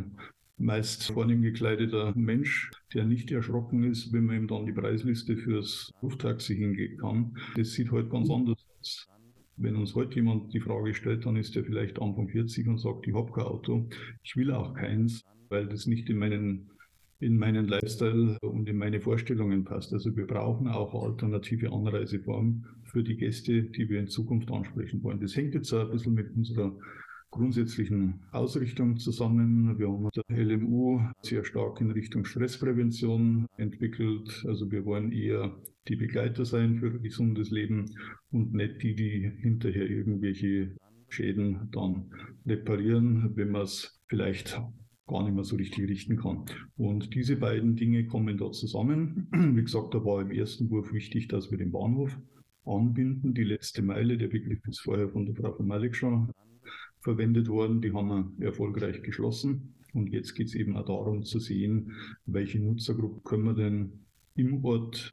meist vornehm gekleideter Mensch, der nicht erschrocken ist, wenn man ihm dann die Preisliste fürs Lufttaxi hingeben kann. Das sieht heute ganz anders aus. Wenn uns heute jemand die Frage stellt, dann ist er vielleicht Anfang 40 und sagt, ich habe kein Auto, ich will auch keins, weil das nicht in meinen Lifestyle und in meine Vorstellungen passt. Also wir brauchen auch eine alternative Anreiseform für die Gäste, die wir in Zukunft ansprechen wollen. Das hängt jetzt ein bisschen mit unserer grundsätzlichen Ausrichtung zusammen. Wir haben der LMU sehr stark in Richtung Stressprävention entwickelt. Also wir wollen eher die Begleiter sein für ein gesundes Leben und nicht die, die hinterher irgendwelche Schäden dann reparieren, wenn man es vielleicht gar nicht mehr so richtig richten kann. Und diese beiden Dinge kommen da zusammen. Wie gesagt, da war im ersten Wurf wichtig, dass wir den Bahnhof anbinden. Die letzte Meile, der Begriff ist vorher von der Frau von Malik schon verwendet worden, die haben wir erfolgreich geschlossen. Und jetzt geht es eben auch darum zu sehen, welche Nutzergruppe können wir denn im Ort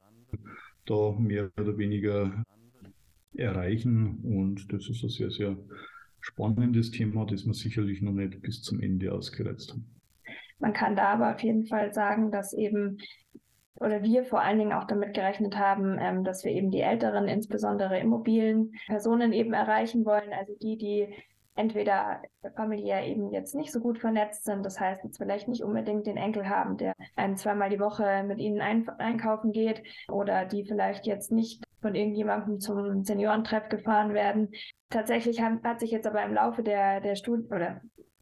da mehr oder weniger erreichen. Und das ist ein sehr, sehr spannendes Thema, das wir sicherlich noch nicht bis zum Ende ausgereizt haben. Man kann da aber auf jeden Fall sagen, dass eben, oder wir vor allen Dingen auch damit gerechnet haben, dass wir eben die älteren, insbesondere immobilen Personen eben erreichen wollen, also die entweder familiär eben jetzt nicht so gut vernetzt sind, das heißt jetzt vielleicht nicht unbedingt den Enkel haben, der zweimal die Woche mit ihnen einkaufen geht, oder die vielleicht jetzt nicht von irgendjemandem zum Seniorentreff gefahren werden. Tatsächlich hat sich jetzt aber im Laufe der Studie oder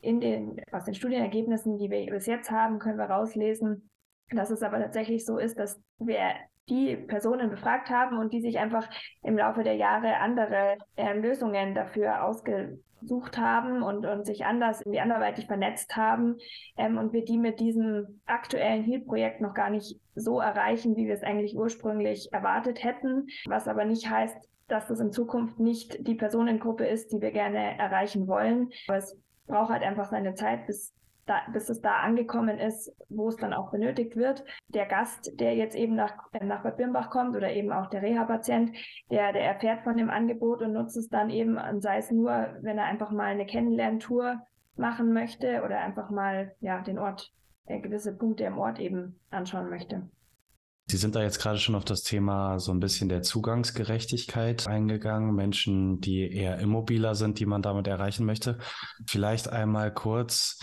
aus den Studienergebnissen, die wir bis jetzt haben, können wir rauslesen, dass es aber tatsächlich so ist, dass wir die Personen befragt haben und die sich einfach im Laufe der Jahre andere Lösungen dafür ausgesucht haben und sich anderweitig vernetzt haben, und wir die mit diesem aktuellen HEAL-Projekt noch gar nicht so erreichen, wie wir es eigentlich ursprünglich erwartet hätten, was aber nicht heißt, dass das in Zukunft nicht die Personengruppe ist, die wir gerne erreichen wollen. Aber es braucht halt einfach seine Zeit, bis es da angekommen ist, wo es dann auch benötigt wird. Der Gast, der jetzt eben nach Bad Birnbach kommt, oder eben auch der Reha-Patient, der erfährt von dem Angebot und nutzt es dann eben, und sei es nur, wenn er einfach mal eine Kennenlerntour machen möchte oder einfach mal den Ort, gewisse Punkte im Ort eben anschauen möchte. Sie sind da jetzt gerade schon auf das Thema so ein bisschen der Zugangsgerechtigkeit eingegangen, Menschen, die eher immobiler sind, die man damit erreichen möchte. Vielleicht einmal kurz,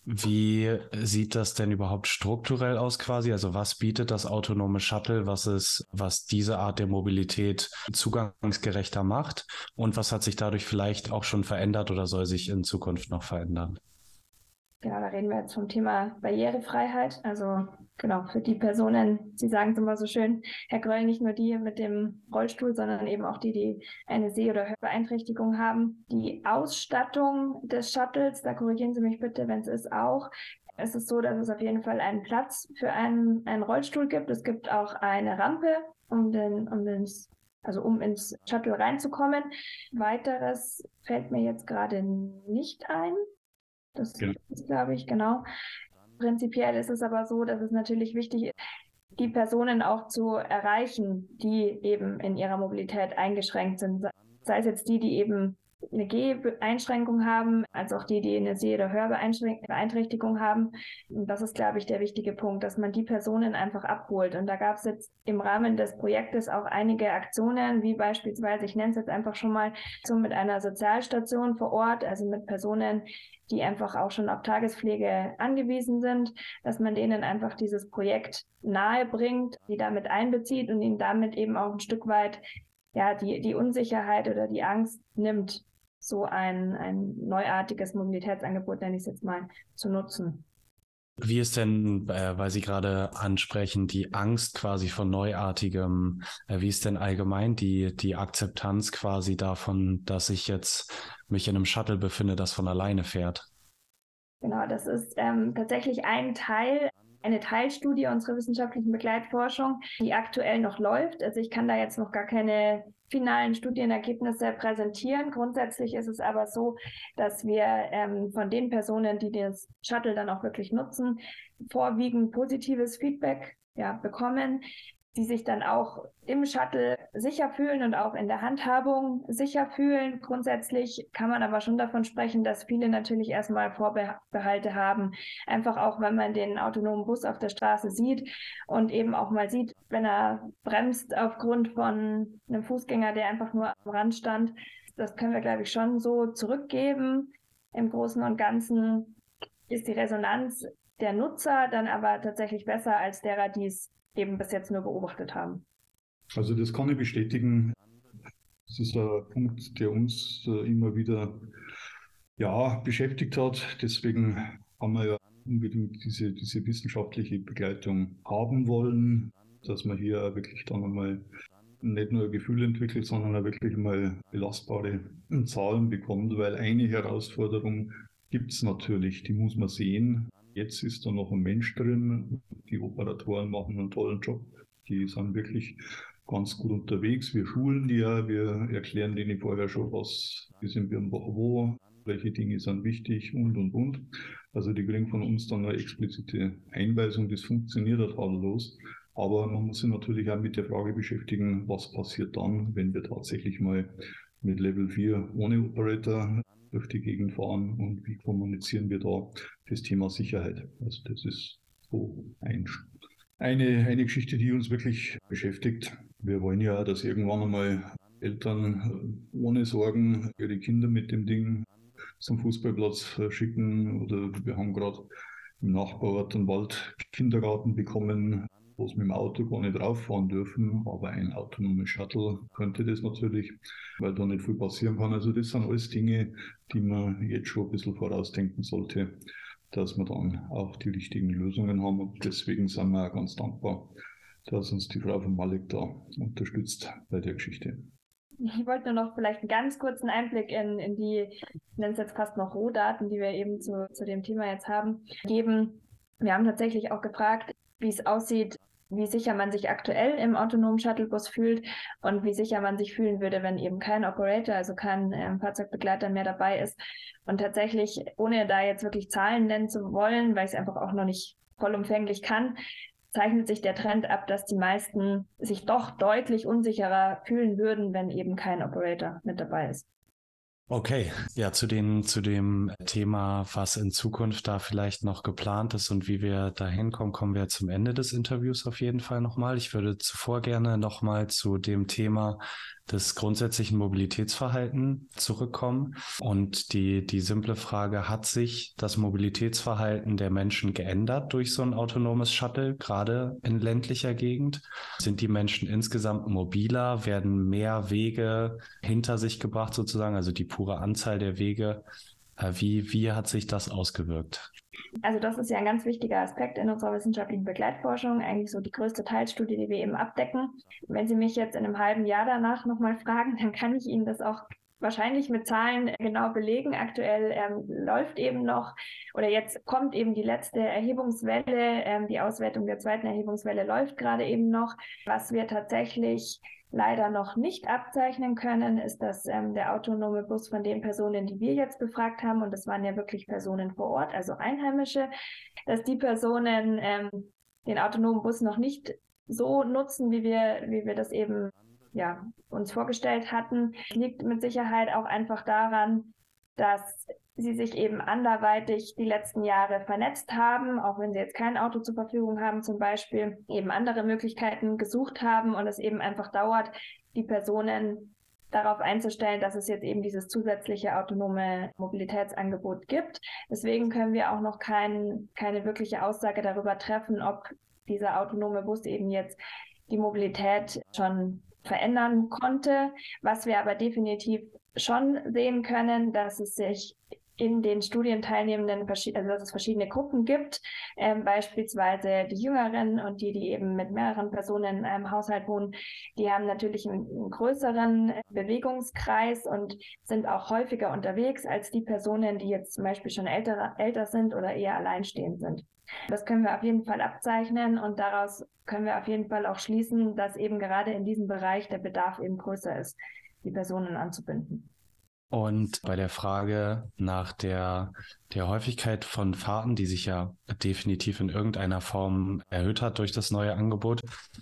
wie sieht das denn überhaupt strukturell aus quasi? Also was bietet das autonome Shuttle, was diese Art der Mobilität zugangsgerechter macht? Und was hat sich dadurch vielleicht auch schon verändert oder soll sich in Zukunft noch verändern? Genau, da reden wir jetzt vom Thema Barrierefreiheit. Also genau, für die Personen, Sie sagen es immer so schön, Herr Gröll, nicht nur die mit dem Rollstuhl, sondern eben auch die eine Seh- oder Hörbeeinträchtigung haben. Die Ausstattung des Shuttles, da korrigieren Sie mich bitte, wenn es ist, auch. Es ist so, dass es auf jeden Fall einen Platz für einen Rollstuhl gibt. Es gibt auch eine Rampe, um ins Shuttle reinzukommen. Weiteres fällt mir jetzt gerade nicht ein. Das ist, glaube ich, genau. Prinzipiell ist es aber so, dass es natürlich wichtig ist, die Personen auch zu erreichen, die eben in ihrer Mobilität eingeschränkt sind. Sei es jetzt die eben eine Geheinschränkung haben, als auch die eine Seh- oder Hörbeeinträchtigung haben. Und das ist, glaube ich, der wichtige Punkt, dass man die Personen einfach abholt. Und da gab es jetzt im Rahmen des Projektes auch einige Aktionen, wie beispielsweise, ich nenne es jetzt einfach schon mal, so mit einer Sozialstation vor Ort, also mit Personen, die einfach auch schon auf Tagespflege angewiesen sind, dass man denen einfach dieses Projekt nahe bringt, die damit einbezieht und ihnen damit eben auch ein Stück weit die Unsicherheit oder die Angst nimmt, so ein neuartiges Mobilitätsangebot, nenne ich es jetzt mal, zu nutzen. Wie ist denn, weil Sie gerade ansprechen, die Angst quasi von Neuartigem, wie ist denn allgemein die Akzeptanz quasi davon, dass ich jetzt mich in einem Shuttle befinde, das von alleine fährt? Genau, das ist tatsächlich eine Teilstudie unserer wissenschaftlichen Begleitforschung, die aktuell noch läuft. Also ich kann da jetzt noch gar keine finalen Studienergebnisse präsentieren. Grundsätzlich ist es aber so, dass wir von den Personen, die das Shuttle dann auch wirklich nutzen, vorwiegend positives Feedback bekommen. die sich dann auch im Shuttle sicher fühlen und auch in der Handhabung sicher fühlen. Grundsätzlich kann man aber schon davon sprechen, dass viele natürlich erstmal Vorbehalte haben. Einfach auch, wenn man den autonomen Bus auf der Straße sieht und eben auch mal sieht, wenn er bremst aufgrund von einem Fußgänger, der einfach nur am Rand stand. Das können wir, glaube ich, schon so zurückgeben. Im Großen und Ganzen ist die Resonanz der Nutzer dann aber tatsächlich besser als derer, die es eben bis jetzt nur beobachtet haben. Also das kann ich bestätigen. Das ist ein Punkt, der uns immer wieder beschäftigt hat. Deswegen haben wir ja unbedingt diese wissenschaftliche Begleitung haben wollen, dass man hier wirklich dann einmal nicht nur ein Gefühl entwickelt, sondern auch wirklich mal belastbare Zahlen bekommt, weil eine Herausforderung gibt es natürlich, die muss man sehen. Jetzt ist da noch ein Mensch drin, die Operatoren machen einen tollen Job, die sind wirklich ganz gut unterwegs. Wir schulen die ja, wir erklären denen vorher schon, was ist in Birnbach wo, welche Dinge sind wichtig und. Also die kriegen von uns dann eine explizite Einweisung, das funktioniert tadellos. Aber man muss sich natürlich auch mit der Frage beschäftigen, was passiert dann, wenn wir tatsächlich mal mit Level 4 ohne Operator durch die Gegend fahren und wie kommunizieren wir da das Thema Sicherheit. Also das ist so eine Geschichte, die uns wirklich beschäftigt. Wir wollen ja, dass irgendwann einmal Eltern ohne Sorgen ihre Kinder mit dem Ding zum Fußballplatz schicken. Oder wir haben gerade im Nachbarort einen Waldkindergarten bekommen, wo sie mit dem Auto gar nicht rauffahren dürfen, aber ein autonomes Shuttle könnte das natürlich, weil da nicht viel passieren kann. Also das sind alles Dinge, die man jetzt schon ein bisschen vorausdenken sollte, dass wir dann auch die richtigen Lösungen haben. Und deswegen sind wir auch ganz dankbar, dass uns die Frau von Malek da unterstützt bei der Geschichte. Ich wollte nur noch vielleicht einen ganz kurzen Einblick in die, ich nenne es jetzt fast noch Rohdaten, die wir eben zu dem Thema jetzt haben, geben. Wir haben tatsächlich auch gefragt, wie es aussieht, wie sicher man sich aktuell im autonomen Shuttlebus fühlt und wie sicher man sich fühlen würde, wenn eben kein Operator, also kein Fahrzeugbegleiter mehr dabei ist. Und tatsächlich, ohne da jetzt wirklich Zahlen nennen zu wollen, weil ich es einfach auch noch nicht vollumfänglich kann, zeichnet sich der Trend ab, dass die meisten sich doch deutlich unsicherer fühlen würden, wenn eben kein Operator mit dabei ist. Okay, ja, zu dem Thema, was in Zukunft da vielleicht noch geplant ist und wie wir da hinkommen, kommen wir zum Ende des Interviews auf jeden Fall nochmal. Ich würde zuvor gerne nochmal zu dem Thema des grundsätzlichen Mobilitätsverhalten zurückkommen. Und die simple Frage, hat sich das Mobilitätsverhalten der Menschen geändert durch so ein autonomes Shuttle, gerade in ländlicher Gegend? Sind die Menschen insgesamt mobiler, werden mehr Wege hinter sich gebracht sozusagen, also die pure Anzahl der Wege? Wie hat sich das ausgewirkt? Also das ist ja ein ganz wichtiger Aspekt in unserer wissenschaftlichen Begleitforschung, eigentlich so die größte Teilstudie, die wir eben abdecken. Wenn Sie mich jetzt in einem halben Jahr danach nochmal fragen, dann kann ich Ihnen das auch wahrscheinlich mit Zahlen genau belegen. Aktuell läuft eben noch, oder jetzt kommt eben die letzte Erhebungswelle, die Auswertung der zweiten Erhebungswelle läuft gerade eben noch. Was wir tatsächlich leider noch nicht abzeichnen können, ist, dass der autonome Bus von den Personen, die wir jetzt befragt haben, und das waren ja wirklich Personen vor Ort, also Einheimische, dass die Personen den autonomen Bus noch nicht so nutzen, wie wir das eben uns vorgestellt hatten. Es liegt mit Sicherheit auch einfach daran, dass sie sich eben anderweitig die letzten Jahre vernetzt haben, auch wenn sie jetzt kein Auto zur Verfügung haben, zum Beispiel eben andere Möglichkeiten gesucht haben und es eben einfach dauert, die Personen darauf einzustellen, dass es jetzt eben dieses zusätzliche autonome Mobilitätsangebot gibt. Deswegen können wir auch noch keine wirkliche Aussage darüber treffen, ob dieser autonome Bus eben jetzt die Mobilität schon verändern konnte. Was wir aber definitiv schon sehen können, dass es sich in den Studienteilnehmenden, also dass es verschiedene Gruppen gibt, beispielsweise die Jüngeren und die eben mit mehreren Personen in einem Haushalt wohnen, die haben natürlich einen größeren Bewegungskreis und sind auch häufiger unterwegs als die Personen, die jetzt zum Beispiel schon älter sind oder eher alleinstehend sind. Das können wir auf jeden Fall abzeichnen und daraus können wir auf jeden Fall auch schließen, dass eben gerade in diesem Bereich der Bedarf eben größer ist, die Personen anzubinden. Und bei der Frage nach der Häufigkeit von Fahrten, die sich ja definitiv in irgendeiner Form erhöht hat durch das neue Angebot,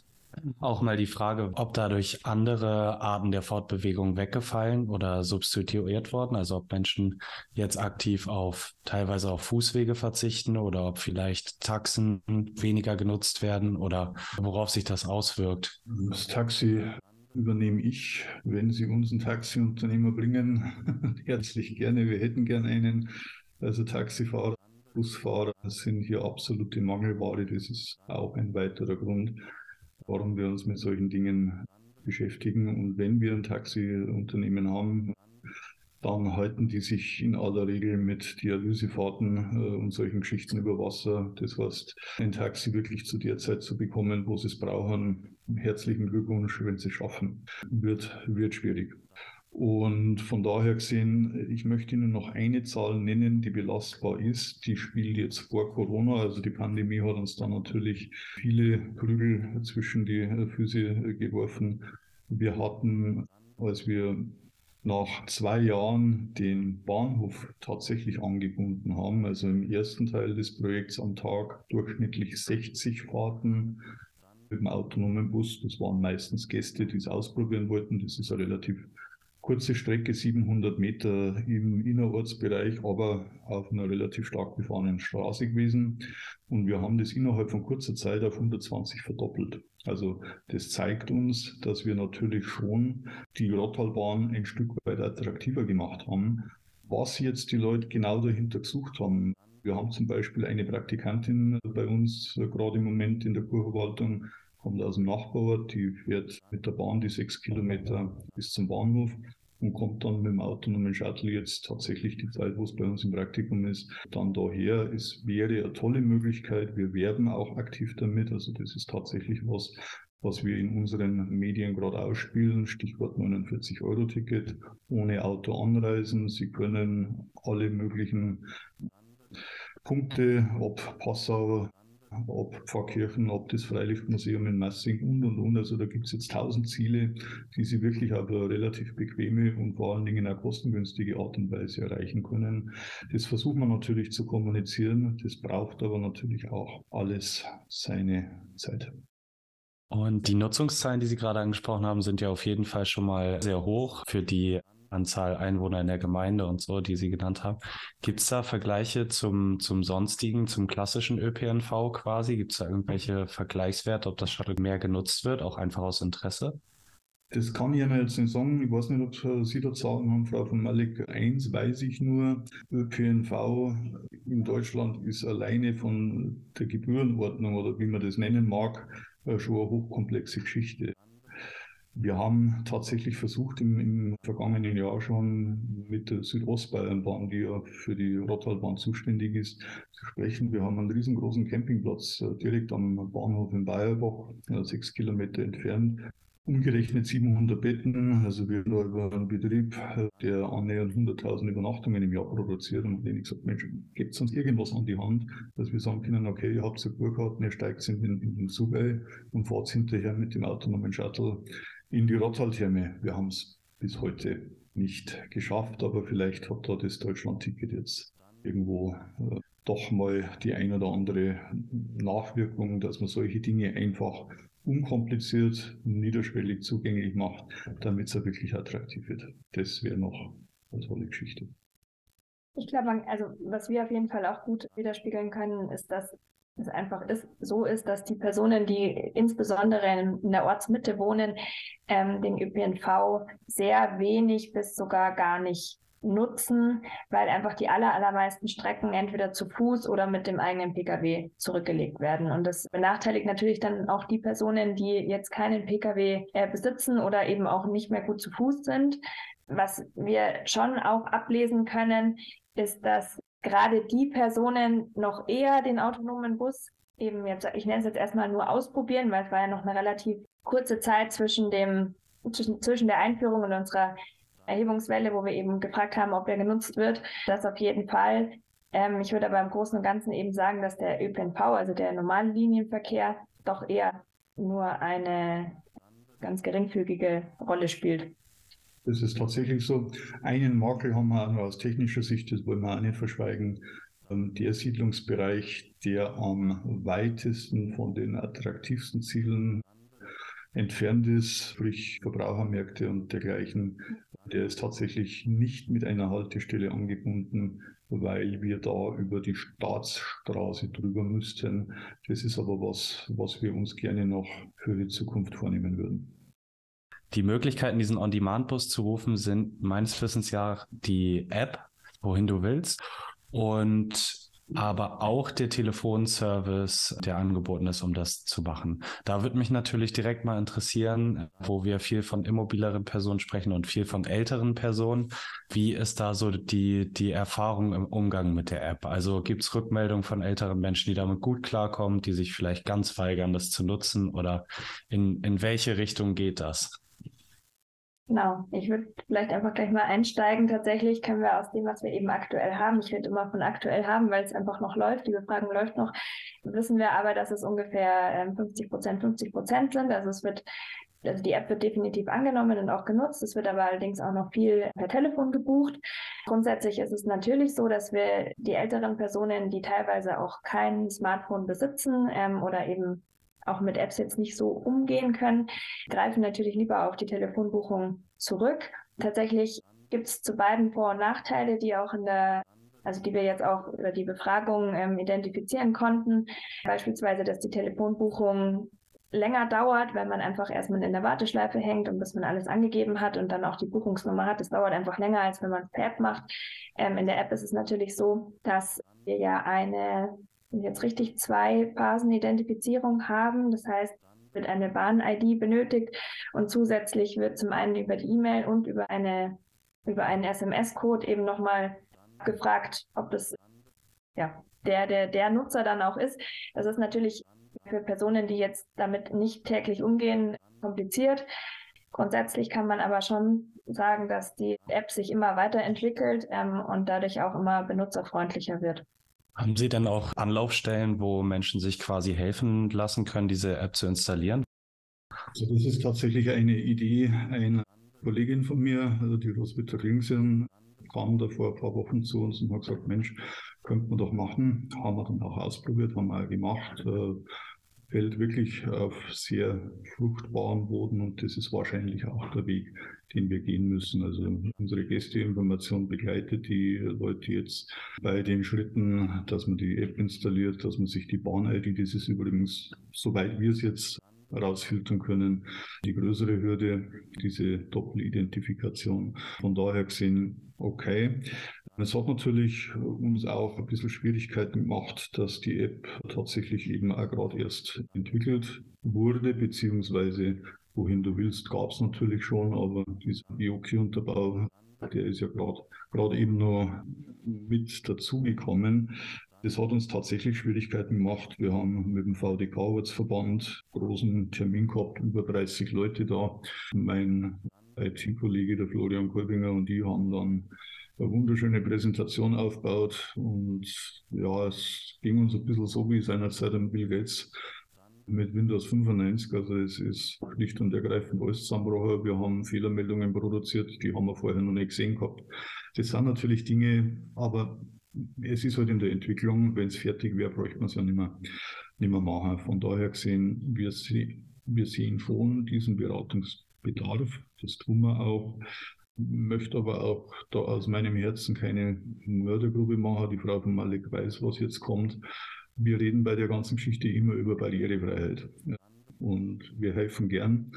auch mal die Frage, ob dadurch andere Arten der Fortbewegung weggefallen oder substituiert wurden, also ob Menschen jetzt aktiv teilweise auf Fußwege verzichten oder ob vielleicht Taxen weniger genutzt werden oder worauf sich das auswirkt. Das Taxi übernehme ich. Wenn Sie uns einen Taxiunternehmer bringen, herzlich gerne. Wir hätten gerne einen. Also Taxifahrer, Busfahrer sind hier absolute Mangelware. Das ist auch ein weiterer Grund, warum wir uns mit solchen Dingen beschäftigen. Und wenn wir ein Taxiunternehmen haben, dann halten die sich in aller Regel mit Dialysefahrten und solchen Geschichten über Wasser. Das heißt, ein Taxi wirklich zu der Zeit zu bekommen, wo sie es brauchen, herzlichen Glückwunsch, wenn sie es schaffen, wird schwierig. Und von daher gesehen, ich möchte Ihnen noch eine Zahl nennen, die belastbar ist. Die spielt jetzt vor Corona. Also die Pandemie hat uns da natürlich viele Prügel zwischen die Füße geworfen. Wir hatten, als wir nach 2 Jahren den Bahnhof tatsächlich angebunden haben, also im ersten Teil des Projekts am Tag durchschnittlich 60 Fahrten mit dem autonomen Bus. Das waren meistens Gäste, die es ausprobieren wollten. Das ist eine relativ kurze Strecke, 700 Meter im Innerortsbereich, aber auf einer relativ stark befahrenen Straße gewesen. Und wir haben das innerhalb von kurzer Zeit auf 120 verdoppelt. Also das zeigt uns, dass wir natürlich schon die Rottalbahn ein Stück weit attraktiver gemacht haben. Was jetzt die Leute genau dahinter gesucht haben, wir haben zum Beispiel eine Praktikantin bei uns, gerade im Moment in der Kurverwaltung, kommt aus dem Nachbarort, die fährt mit der Bahn die 6 Kilometer bis zum Bahnhof und kommt dann mit dem autonomen Shuttle jetzt tatsächlich die Zeit, wo es bei uns im Praktikum ist, dann daher. Es wäre eine tolle Möglichkeit. Wir werben auch aktiv damit. Also das ist tatsächlich was wir in unseren Medien gerade ausspielen. Stichwort 49-Euro-Ticket, ohne Auto anreisen. Sie können alle möglichen Punkte, ob Passau, ob Pfarrkirchen, ob das Freilichtmuseum in Massing und. Also da gibt es jetzt 1000 Ziele, die Sie wirklich auf eine relativ bequeme und vor allen Dingen auch kostengünstige Art und Weise erreichen können. Das versuchen wir natürlich zu kommunizieren. Das braucht aber natürlich auch alles seine Zeit. Und die Nutzungszahlen, die Sie gerade angesprochen haben, sind ja auf jeden Fall schon mal sehr hoch für die Anzahl Einwohner in der Gemeinde und so, die Sie genannt haben. Gibt es da Vergleiche zum klassischen ÖPNV quasi? Gibt es da irgendwelche Vergleichswerte, ob das Shuttle mehr genutzt wird, auch einfach aus Interesse? Das kann ich Ihnen jetzt nicht sagen. Ich weiß nicht, ob Sie da Zahlen haben, Frau von Malik. Eins weiß ich nur, ÖPNV in Deutschland ist alleine von der Gebührenordnung oder wie man das nennen mag, schon eine hochkomplexe Geschichte. Wir haben tatsächlich versucht, im vergangenen Jahr schon mit der Südostbayernbahn, die ja für die Rottalbahn zuständig ist, zu sprechen. Wir haben einen riesengroßen Campingplatz direkt am Bahnhof in Bayerbach, 6 Kilometer entfernt. Umgerechnet 700 Betten, also wir haben über einen Betrieb, der annähernd 100.000 Übernachtungen im Jahr produziert und denen gesagt, Mensch, gebt uns irgendwas an die Hand, dass wir sagen können, okay, ihr habt so Kurkarten, ihr steigt in den Zug ein und fahrt hinterher mit dem autonomen Shuttle in die Rottaltherme. Wir haben es bis heute nicht geschafft, aber vielleicht hat da das Deutschland-Ticket jetzt irgendwo doch mal die ein oder andere Nachwirkung, dass man solche Dinge einfach unkompliziert, niederschwellig zugänglich macht, damit es ja wirklich attraktiv wird. Das wäre noch eine tolle Geschichte. Ich glaube, also was wir auf jeden Fall auch gut widerspiegeln können, ist, dass es einfach so ist, dass die Personen, die insbesondere in der Ortsmitte wohnen, den ÖPNV sehr wenig bis sogar gar nicht nutzen, weil einfach die allermeisten Strecken entweder zu Fuß oder mit dem eigenen Pkw zurückgelegt werden. Und das benachteiligt natürlich dann auch die Personen, die jetzt keinen Pkw besitzen oder eben auch nicht mehr gut zu Fuß sind. Was wir schon auch ablesen können, ist, dass gerade die Personen noch eher den autonomen Bus eben jetzt, ich nenne es jetzt erstmal nur ausprobieren, weil es war ja noch eine relativ kurze Zeit zwischen der Einführung und unserer Erhebungswelle, wo wir eben gefragt haben, ob der genutzt wird. Das auf jeden Fall. Ich würde aber im Großen und Ganzen eben sagen, dass der ÖPNV, also der normale Linienverkehr, doch eher nur eine ganz geringfügige Rolle spielt. Das ist tatsächlich so. Einen Makel haben wir auch noch aus technischer Sicht, das wollen wir auch nicht verschweigen. Der Siedlungsbereich, der am weitesten von den attraktivsten Zielen entfernt ist, sprich Verbrauchermärkte und dergleichen. Der ist tatsächlich nicht mit einer Haltestelle angebunden, weil wir da über die Staatsstraße drüber müssten. Das ist aber was wir uns gerne noch für die Zukunft vornehmen würden. Die Möglichkeiten, diesen On-Demand-Bus zu rufen, sind meines Wissens ja die App, wohin du willst, und aber auch der Telefonservice, der angeboten ist, um das zu machen. Da würde mich natürlich direkt mal interessieren, wo wir viel von immobileren Personen sprechen und viel von älteren Personen. Wie ist da so die Erfahrung im Umgang mit der App? Also gibt es Rückmeldungen von älteren Menschen, die damit gut klarkommen, die sich vielleicht ganz weigern, das zu nutzen? Oder in welche Richtung geht das? Genau, ich würde vielleicht einfach gleich mal einsteigen. Tatsächlich können wir aus dem, was wir eben aktuell haben, ich rede immer von aktuell haben, weil es einfach noch läuft, die Befragung läuft noch, wissen wir aber, dass es ungefähr 50% sind. Also die App wird definitiv angenommen und auch genutzt. Es wird aber allerdings auch noch viel per Telefon gebucht. Grundsätzlich ist es natürlich so, dass wir die älteren Personen, die teilweise auch kein Smartphone besitzen oder eben auch mit Apps jetzt nicht so umgehen können, greifen natürlich lieber auf die Telefonbuchung zurück. Tatsächlich gibt es zu beiden Vor- und Nachteile, die auch die wir jetzt auch über die Befragung identifizieren konnten. Beispielsweise, dass die Telefonbuchung länger dauert, weil man einfach erstmal in der Warteschleife hängt und bis man alles angegeben hat und dann auch die Buchungsnummer hat. Das dauert einfach länger, als wenn man es per App macht. In der App ist es natürlich so, dass wir ja jetzt richtig 2 Phasen-Identifizierung haben. Das heißt, wird eine Bahn-ID benötigt und zusätzlich wird zum einen über die E-Mail und über einen SMS-Code eben nochmal gefragt, ob das der Nutzer dann auch ist. Das ist natürlich für Personen, die jetzt damit nicht täglich umgehen, kompliziert. Grundsätzlich kann man aber schon sagen, dass die App sich immer weiterentwickelt und dadurch auch immer benutzerfreundlicher wird. Haben Sie denn auch Anlaufstellen, wo Menschen sich quasi helfen lassen können, diese App zu installieren? Also das ist tatsächlich eine Idee einer Kollegin von mir, also die Roswitha Klingsen, kam da vor ein paar Wochen zu uns und hat gesagt, Mensch, könnte man doch machen. Haben wir dann auch ausprobiert, haben wir auch gemacht. Fällt wirklich auf sehr fruchtbaren Boden und das ist wahrscheinlich auch der Weg, den wir gehen müssen. Also unsere Gästeinformation begleitet die Leute jetzt bei den Schritten, dass man die App installiert, dass man sich die Bahn-ID, das ist übrigens, soweit wir es jetzt herausfiltern können, die größere Hürde, diese Doppelidentifikation. Von daher gesehen, okay. Es hat natürlich uns auch ein bisschen Schwierigkeiten gemacht, dass die App tatsächlich eben auch gerade erst entwickelt wurde, beziehungsweise wohin du willst, gab es natürlich schon, aber dieser BOK-Unterbau, der ist ja gerade eben noch mit dazugekommen. Das hat uns tatsächlich Schwierigkeiten gemacht. Wir haben mit dem VDK-Ortsverband großen Termin gehabt, über 30 Leute da. Mein IT-Kollege, der Florian Kolbinger, und die haben dann eine wunderschöne Präsentation aufgebaut. Und ja, es ging uns ein bisschen so wie seinerzeit am Bill Gates mit Windows 95. Also es ist schlicht und ergreifend alles zusammengebrochen. Wir haben Fehlermeldungen produziert, die haben wir vorher noch nicht gesehen gehabt. Das sind natürlich Dinge, aber es ist halt in der Entwicklung, wenn es fertig wäre, bräuchte man es ja nicht mehr machen. Von daher gesehen, wir sehen schon diesen Beratungsbedarf, das tun wir auch. Möchte aber auch da aus meinem Herzen keine Mördergrube machen. Die Frau von Malek weiß, was jetzt kommt. Wir reden bei der ganzen Geschichte immer über Barrierefreiheit. Und wir helfen gern,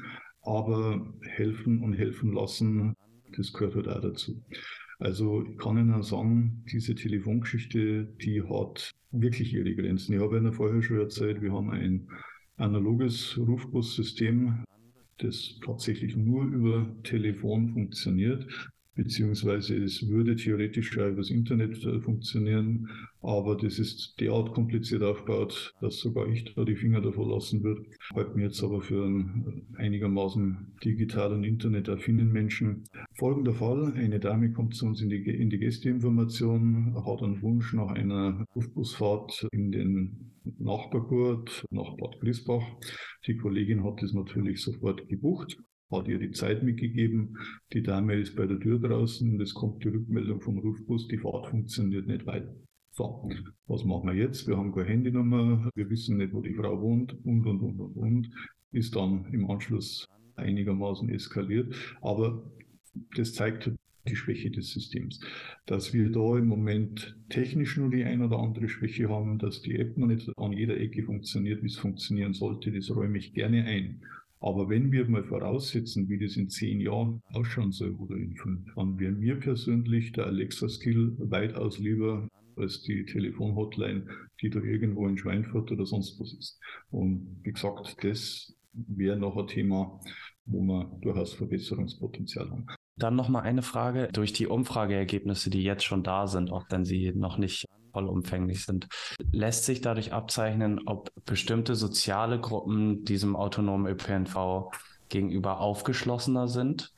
aber helfen und helfen lassen, das gehört halt auch dazu. Also ich kann Ihnen sagen, diese Telefongeschichte, die hat wirklich ihre Grenzen. Ich habe Ihnen vorher schon erzählt, wir haben ein analoges Rufbussystem, das tatsächlich nur über Telefon funktioniert, beziehungsweise es würde theoretisch auch über das Internet funktionieren, aber das ist derart kompliziert aufgebaut, dass sogar ich da die Finger davon lassen würde. Halte mich jetzt aber für einen einigermaßen digital und internetaffinen Menschen. Folgender Fall: Eine Dame kommt zu uns in die Gästeinformation, hat einen Wunsch nach einer Rufbusfahrt in den Nachbargurt nach Bad Griesbach. Die Kollegin hat das natürlich sofort gebucht, hat ihr die Zeit mitgegeben. Die Dame ist bei der Tür draußen, es kommt die Rückmeldung vom Rufbus, die Fahrt funktioniert nicht weiter. So, was machen wir jetzt? Wir haben keine Handynummer, wir wissen nicht, wo die Frau wohnt und. Ist dann im Anschluss einigermaßen eskaliert. Aber das zeigt die Schwäche des Systems. Dass wir da im Moment technisch nur die ein oder andere Schwäche haben, dass die App noch nicht an jeder Ecke funktioniert, wie es funktionieren sollte, das räume ich gerne ein. Aber wenn wir mal voraussetzen, wie das in 10 Jahren ausschauen soll oder in 5, dann wäre mir persönlich der Alexa-Skill weitaus lieber als die Telefonhotline, die da irgendwo in Schweinfurt oder sonst was ist. Und wie gesagt, das wäre noch ein Thema, wo wir durchaus Verbesserungspotenzial haben. Dann nochmal eine Frage. Durch die Umfrageergebnisse, die jetzt schon da sind, auch wenn sie noch nicht vollumfänglich sind, lässt sich dadurch abzeichnen, ob bestimmte soziale Gruppen diesem autonomen ÖPNV gegenüber aufgeschlossener sind?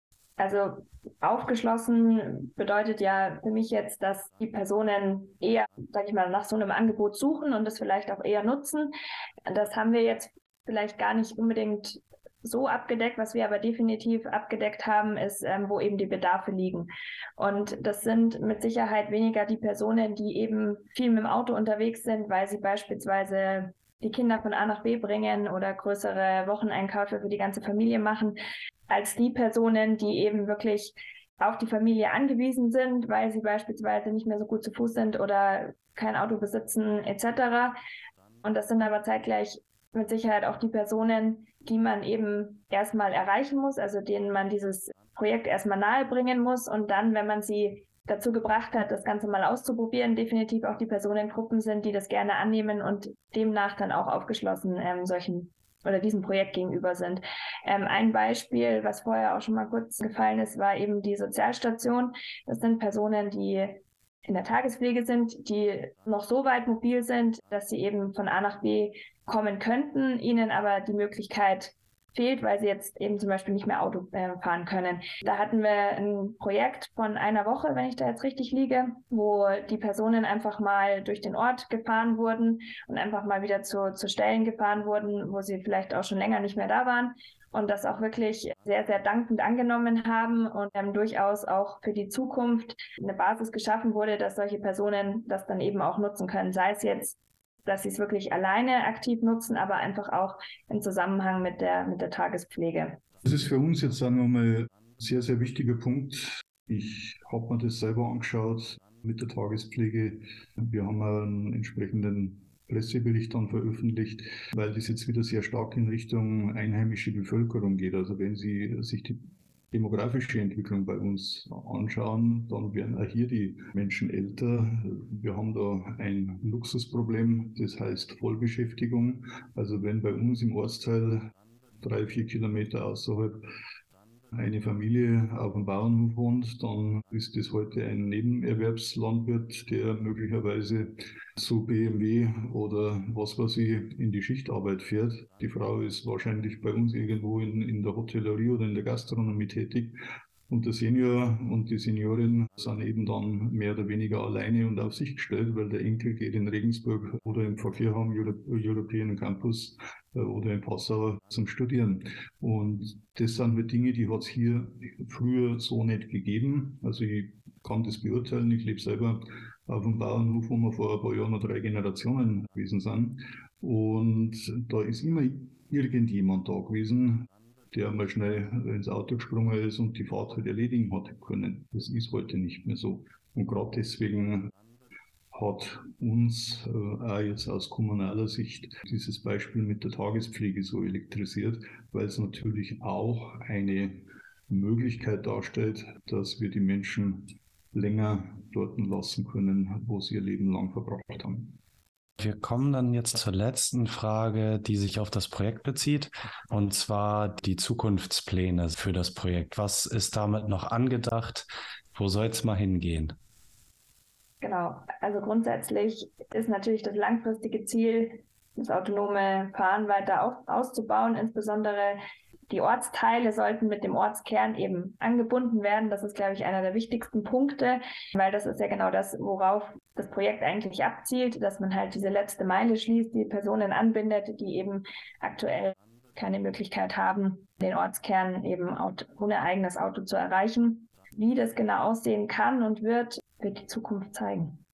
Also aufgeschlossen bedeutet ja für mich jetzt, dass die Personen eher, sag ich mal, nach so einem Angebot suchen und es vielleicht auch eher nutzen. Das haben wir jetzt vielleicht gar nicht unbedingt so abgedeckt. Was wir aber definitiv abgedeckt haben, ist, wo eben die Bedarfe liegen. Und das sind mit Sicherheit weniger die Personen, die eben viel mit dem Auto unterwegs sind, weil sie beispielsweise die Kinder von A nach B bringen oder größere Wocheneinkäufe für die ganze Familie machen, als die Personen, die eben wirklich auf die Familie angewiesen sind, weil sie beispielsweise nicht mehr so gut zu Fuß sind oder kein Auto besitzen etc. Und das sind aber zeitgleich mit Sicherheit auch die Personen, die man eben erstmal erreichen muss, also denen man dieses Projekt erstmal nahebringen muss und dann, wenn man sie dazu gebracht hat, das Ganze mal auszuprobieren, definitiv auch die Personengruppen sind, die das gerne annehmen und demnach dann auch aufgeschlossen solchen oder diesem Projekt gegenüber sind. Ein Beispiel, was vorher auch schon mal kurz gefallen ist, war eben die Sozialstation. Das sind Personen, die in der Tagespflege sind, die noch so weit mobil sind, dass sie eben von A nach B kommen könnten, ihnen aber die Möglichkeit fehlt, weil sie jetzt eben zum Beispiel nicht mehr Auto fahren können. Da hatten wir ein Projekt von einer Woche, wenn ich da jetzt richtig liege, wo die Personen einfach mal durch den Ort gefahren wurden und einfach mal wieder zu Stellen gefahren wurden, wo sie vielleicht auch schon länger nicht mehr da waren und das auch wirklich sehr, sehr dankend angenommen haben und durchaus auch für die Zukunft eine Basis geschaffen wurde, dass solche Personen das dann eben auch nutzen können, sei es jetzt, dass sie es wirklich alleine aktiv nutzen, aber einfach auch im Zusammenhang mit der Tagespflege. Das ist für uns jetzt, sagen wir mal, ein sehr, sehr wichtiger Punkt. Ich habe mir das selber angeschaut mit der Tagespflege. Wir haben einen entsprechenden Pressebericht dann veröffentlicht, weil das jetzt wieder sehr stark in Richtung einheimische Bevölkerung geht. Also wenn Sie sich die demografische Entwicklung bei uns anschauen, dann werden auch hier die Menschen älter. Wir haben da ein Luxusproblem, das heißt Vollbeschäftigung. Also wenn bei uns im Ortsteil 3-4 Kilometer außerhalb eine Familie auf dem Bauernhof wohnt, dann ist das heute ein Nebenerwerbslandwirt, der möglicherweise zu BMW oder was weiß ich in die Schichtarbeit fährt. Die Frau ist wahrscheinlich bei uns irgendwo in der Hotellerie oder in der Gastronomie tätig. Und der Senior und die Seniorin sind eben dann mehr oder weniger alleine und auf sich gestellt, weil der Enkel geht in Regensburg oder im Verkehrraum European Campus oder in Passau zum Studieren. Und das sind halt Dinge, die hat es hier früher so nicht gegeben. Also ich kann das beurteilen. Ich lebe selber auf dem Bauernhof, wo wir vor ein paar Jahren noch 3 Generationen gewesen sind. Und da ist immer irgendjemand da gewesen, der mal schnell ins Auto gesprungen ist und die Fahrt halt erledigen hat können. Das ist heute nicht mehr so. Und gerade deswegen hat uns auch jetzt aus kommunaler Sicht dieses Beispiel mit der Tagespflege so elektrisiert, weil es natürlich auch eine Möglichkeit darstellt, dass wir die Menschen länger dort lassen können, wo sie ihr Leben lang verbracht haben. Wir kommen dann jetzt zur letzten Frage, die sich auf das Projekt bezieht, und zwar die Zukunftspläne für das Projekt. Was ist damit noch angedacht? Wo soll es mal hingehen? Genau, also grundsätzlich ist natürlich das langfristige Ziel, das autonome Fahren weiter auszubauen. Insbesondere die Ortsteile sollten mit dem Ortskern eben angebunden werden. Das ist, glaube ich, einer der wichtigsten Punkte, weil das ist ja genau das, worauf das Projekt eigentlich abzielt, dass man halt diese letzte Meile schließt, die Personen anbindet, die eben aktuell keine Möglichkeit haben, den Ortskern eben ohne eigenes Auto zu erreichen. Wie das genau aussehen kann und wird die Zukunft zeigen.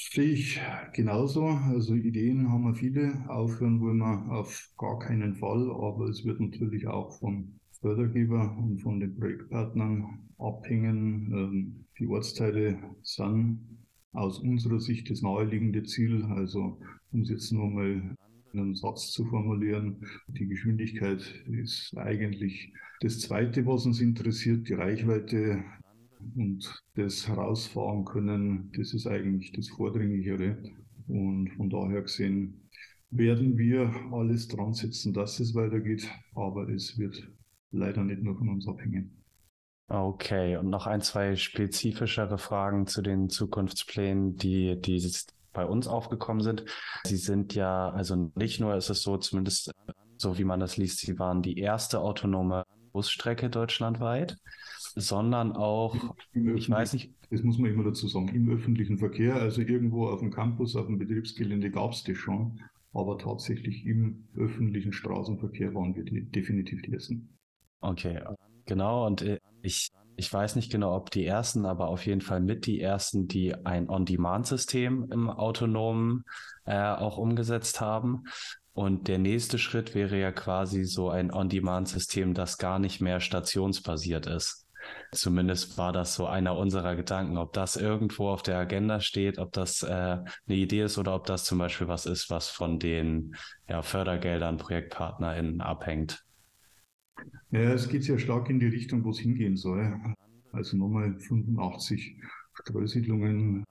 Sehe ich genauso. Also Ideen haben wir viele, aufhören wollen wir auf gar keinen Fall, aber es wird natürlich auch von Fördergeber und von den Projektpartnern abhängen. Die Ortsteile sind aus unserer Sicht das naheliegende Ziel. Also um es jetzt nur mal in einem Satz zu formulieren, die Geschwindigkeit ist eigentlich das Zweite, was uns interessiert. Die Reichweite und das herausfahren können, das ist eigentlich das Vordringlichere. Und von daher gesehen werden wir alles dran setzen, dass es weitergeht, aber es wird leider nicht nur von uns abhängen. Okay, und noch ein, zwei spezifischere Fragen zu den Zukunftsplänen, die bei uns aufgekommen sind. Sie sind ja, also nicht nur ist es so, zumindest so wie man das liest, Sie waren die erste autonome Busstrecke deutschlandweit, sondern auch, ich weiß nicht. Das muss man immer dazu sagen, im öffentlichen Verkehr, also irgendwo auf dem Campus, auf dem Betriebsgelände gab es das schon, aber tatsächlich im öffentlichen Straßenverkehr waren wir definitiv die Ersten. Okay, genau. Und ich weiß nicht genau, ob die ersten, aber auf jeden Fall mit die ersten, die ein On-Demand-System im Autonomen auch umgesetzt haben. Und der nächste Schritt wäre ja quasi so ein On-Demand-System, das gar nicht mehr stationsbasiert ist. Zumindest war das so einer unserer Gedanken, ob das irgendwo auf der Agenda steht, ob das eine Idee ist oder ob das zum Beispiel was ist, was von den Fördergeldern, ProjektpartnerInnen abhängt. Ja, es geht sehr stark in die Richtung, wo es hingehen soll. Also nochmal 85 Streusiedlungen,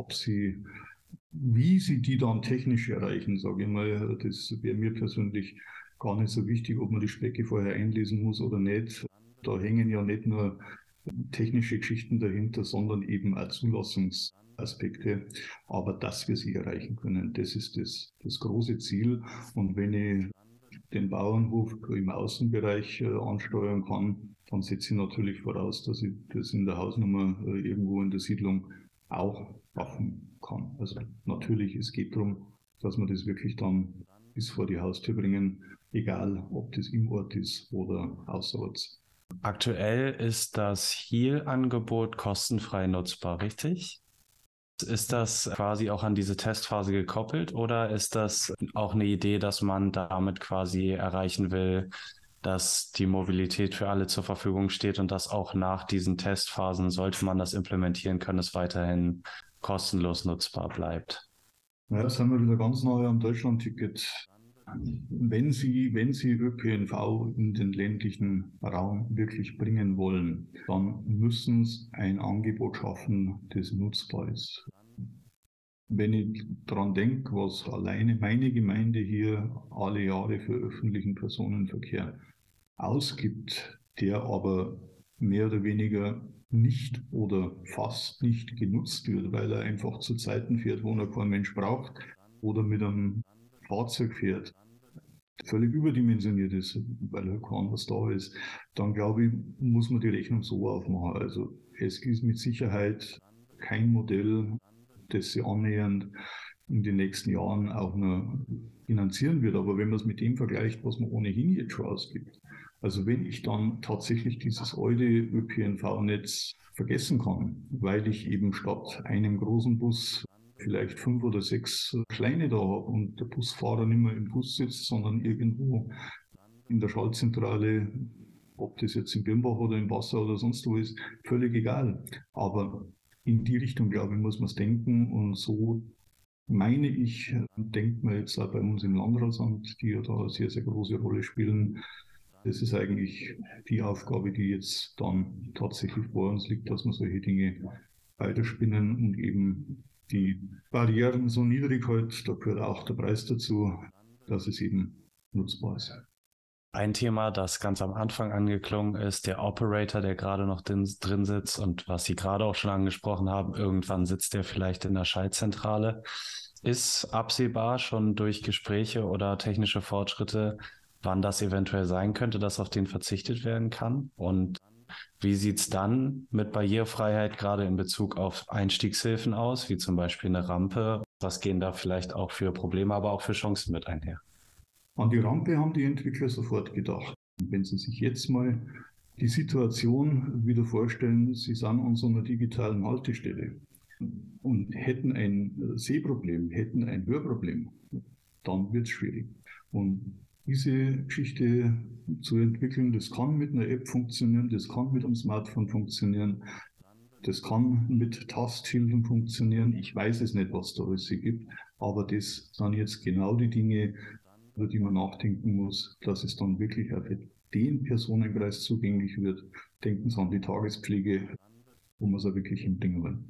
wie sie die dann technisch erreichen, sage ich mal, das wäre mir persönlich gar nicht so wichtig, ob man die Strecke vorher einlesen muss oder nicht. Da hängen ja nicht nur technische Geschichten dahinter, sondern eben auch Zulassungsaspekte. Aber dass wir sie erreichen können, das ist das große Ziel. Und wenn ich den Bauernhof im Außenbereich ansteuern kann, dann setze ich natürlich voraus, dass ich das in der Hausnummer irgendwo in der Siedlung auch schaffen kann. Also natürlich, es geht darum, dass wir das wirklich dann bis vor die Haustür bringen, egal ob das im Ort ist oder außerorts. Aktuell ist das HEAL-Angebot kostenfrei nutzbar, richtig? Ist das quasi auch an diese Testphase gekoppelt oder ist das auch eine Idee, dass man damit quasi erreichen will, dass die Mobilität für alle zur Verfügung steht und dass auch nach diesen Testphasen, sollte man das implementieren können, es weiterhin kostenlos nutzbar bleibt? Ja, das sind wir wieder ganz neu am Deutschland-Ticket. Wenn Sie ÖPNV in den ländlichen Raum wirklich bringen wollen, dann müssen Sie ein Angebot schaffen, das nutzbar ist. Wenn ich daran denke, was alleine meine Gemeinde hier alle Jahre für öffentlichen Personenverkehr ausgibt, der aber mehr oder weniger nicht oder fast nicht genutzt wird, weil er einfach zu Zeiten fährt, wo er kein Mensch braucht oder mit einem Fahrzeug fährt, völlig überdimensioniert ist, weil er kaum anders da ist, dann glaube ich, muss man die Rechnung so aufmachen. Also es ist mit Sicherheit kein Modell, das sie annähernd in den nächsten Jahren auch nur finanzieren wird. Aber wenn man es mit dem vergleicht, was man ohnehin jetzt schon ausgibt, also wenn ich dann tatsächlich dieses alte ÖPNV-Netz vergessen kann, weil ich eben statt einem großen Bus vielleicht 5 oder 6 kleine da habe und der Busfahrer nicht mehr im Bus sitzt, sondern irgendwo in der Schaltzentrale, ob das jetzt in Birnbach oder im Wasser oder sonst wo ist, völlig egal. Aber in die Richtung, glaube ich, muss man es denken und so meine ich, denkt man jetzt auch bei uns im Landratsamt, die ja da eine sehr, sehr große Rolle spielen. Das ist eigentlich die Aufgabe, die jetzt dann tatsächlich vor uns liegt, dass wir solche Dinge weiterspinnen und eben die Barrieren so niedrig hält, da gehört auch der Preis dazu, dass es eben nutzbar ist. Ein Thema, das ganz am Anfang angeklungen ist, der Operator, der gerade noch drin sitzt und was Sie gerade auch schon angesprochen haben, irgendwann sitzt der vielleicht in der Schaltzentrale. Ist absehbar schon durch Gespräche oder technische Fortschritte, wann das eventuell sein könnte, dass auf den verzichtet werden kann? Und wie sieht es dann mit Barrierefreiheit gerade in Bezug auf Einstiegshilfen aus, wie zum Beispiel eine Rampe? Was gehen da vielleicht auch für Probleme, aber auch für Chancen mit einher? An die Rampe haben die Entwickler sofort gedacht. Wenn Sie sich jetzt mal die Situation wieder vorstellen, Sie sind an so einer digitalen Haltestelle und hätten ein Sehproblem, hätten ein Hörproblem, dann wird es schwierig. Und diese Geschichte zu entwickeln, das kann mit einer App funktionieren, das kann mit einem Smartphone funktionieren, das kann mit Tasthilfen funktionieren. Ich weiß es nicht, was da alles gibt, aber das sind jetzt genau die Dinge, über die man nachdenken muss, dass es dann wirklich auch für den Personenkreis zugänglich wird. Denken Sie an die Tagespflege, wo man es auch wirklich hinbringen will.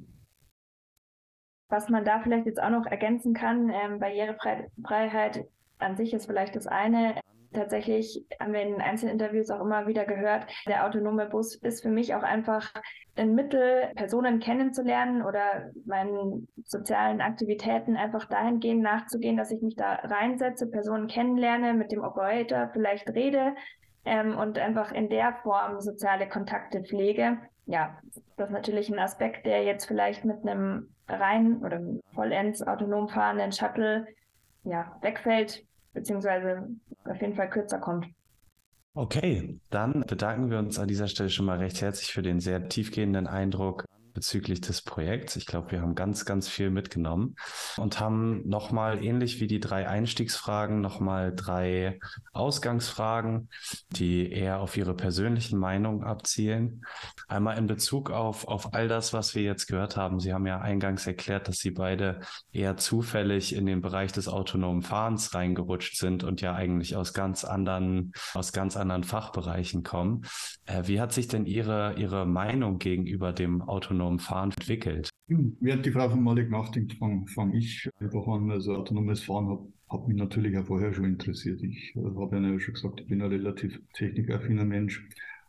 Was man da vielleicht jetzt auch noch ergänzen kann, Barrierefreiheit an sich ist vielleicht das eine. Tatsächlich haben wir in Einzelinterviews auch immer wieder gehört, der autonome Bus ist für mich auch einfach ein Mittel, Personen kennenzulernen oder meinen sozialen Aktivitäten einfach dahingehend nachzugehen, dass ich mich da reinsetze, Personen kennenlerne, mit dem Operator vielleicht rede und einfach in der Form soziale Kontakte pflege. Ja, das ist natürlich ein Aspekt, der jetzt vielleicht mit einem rein oder vollends autonom fahrenden Shuttle wegfällt, beziehungsweise auf jeden Fall kürzer kommt. Okay, dann bedanken wir uns an dieser Stelle schon mal recht herzlich für den sehr tiefgehenden Eindruck bezüglich des Projekts. Ich glaube, wir haben ganz, ganz viel mitgenommen und haben nochmal ähnlich wie die 3 Einstiegsfragen nochmal 3 Ausgangsfragen, die eher auf Ihre persönlichen Meinungen abzielen. Einmal in Bezug auf all das, was wir jetzt gehört haben. Sie haben ja eingangs erklärt, dass Sie beide eher zufällig in den Bereich des autonomen Fahrens reingerutscht sind und ja eigentlich aus ganz anderen Fachbereichen kommen. Wie hat sich denn Ihre Meinung gegenüber dem autonomen Fahren entwickelt? Während die Frau von Malik nachdenkt, fange ich einfach an. Also autonomes Fahren hat mich natürlich auch vorher schon interessiert. Ich habe ja schon gesagt, ich bin ein relativ technikaffiner Mensch.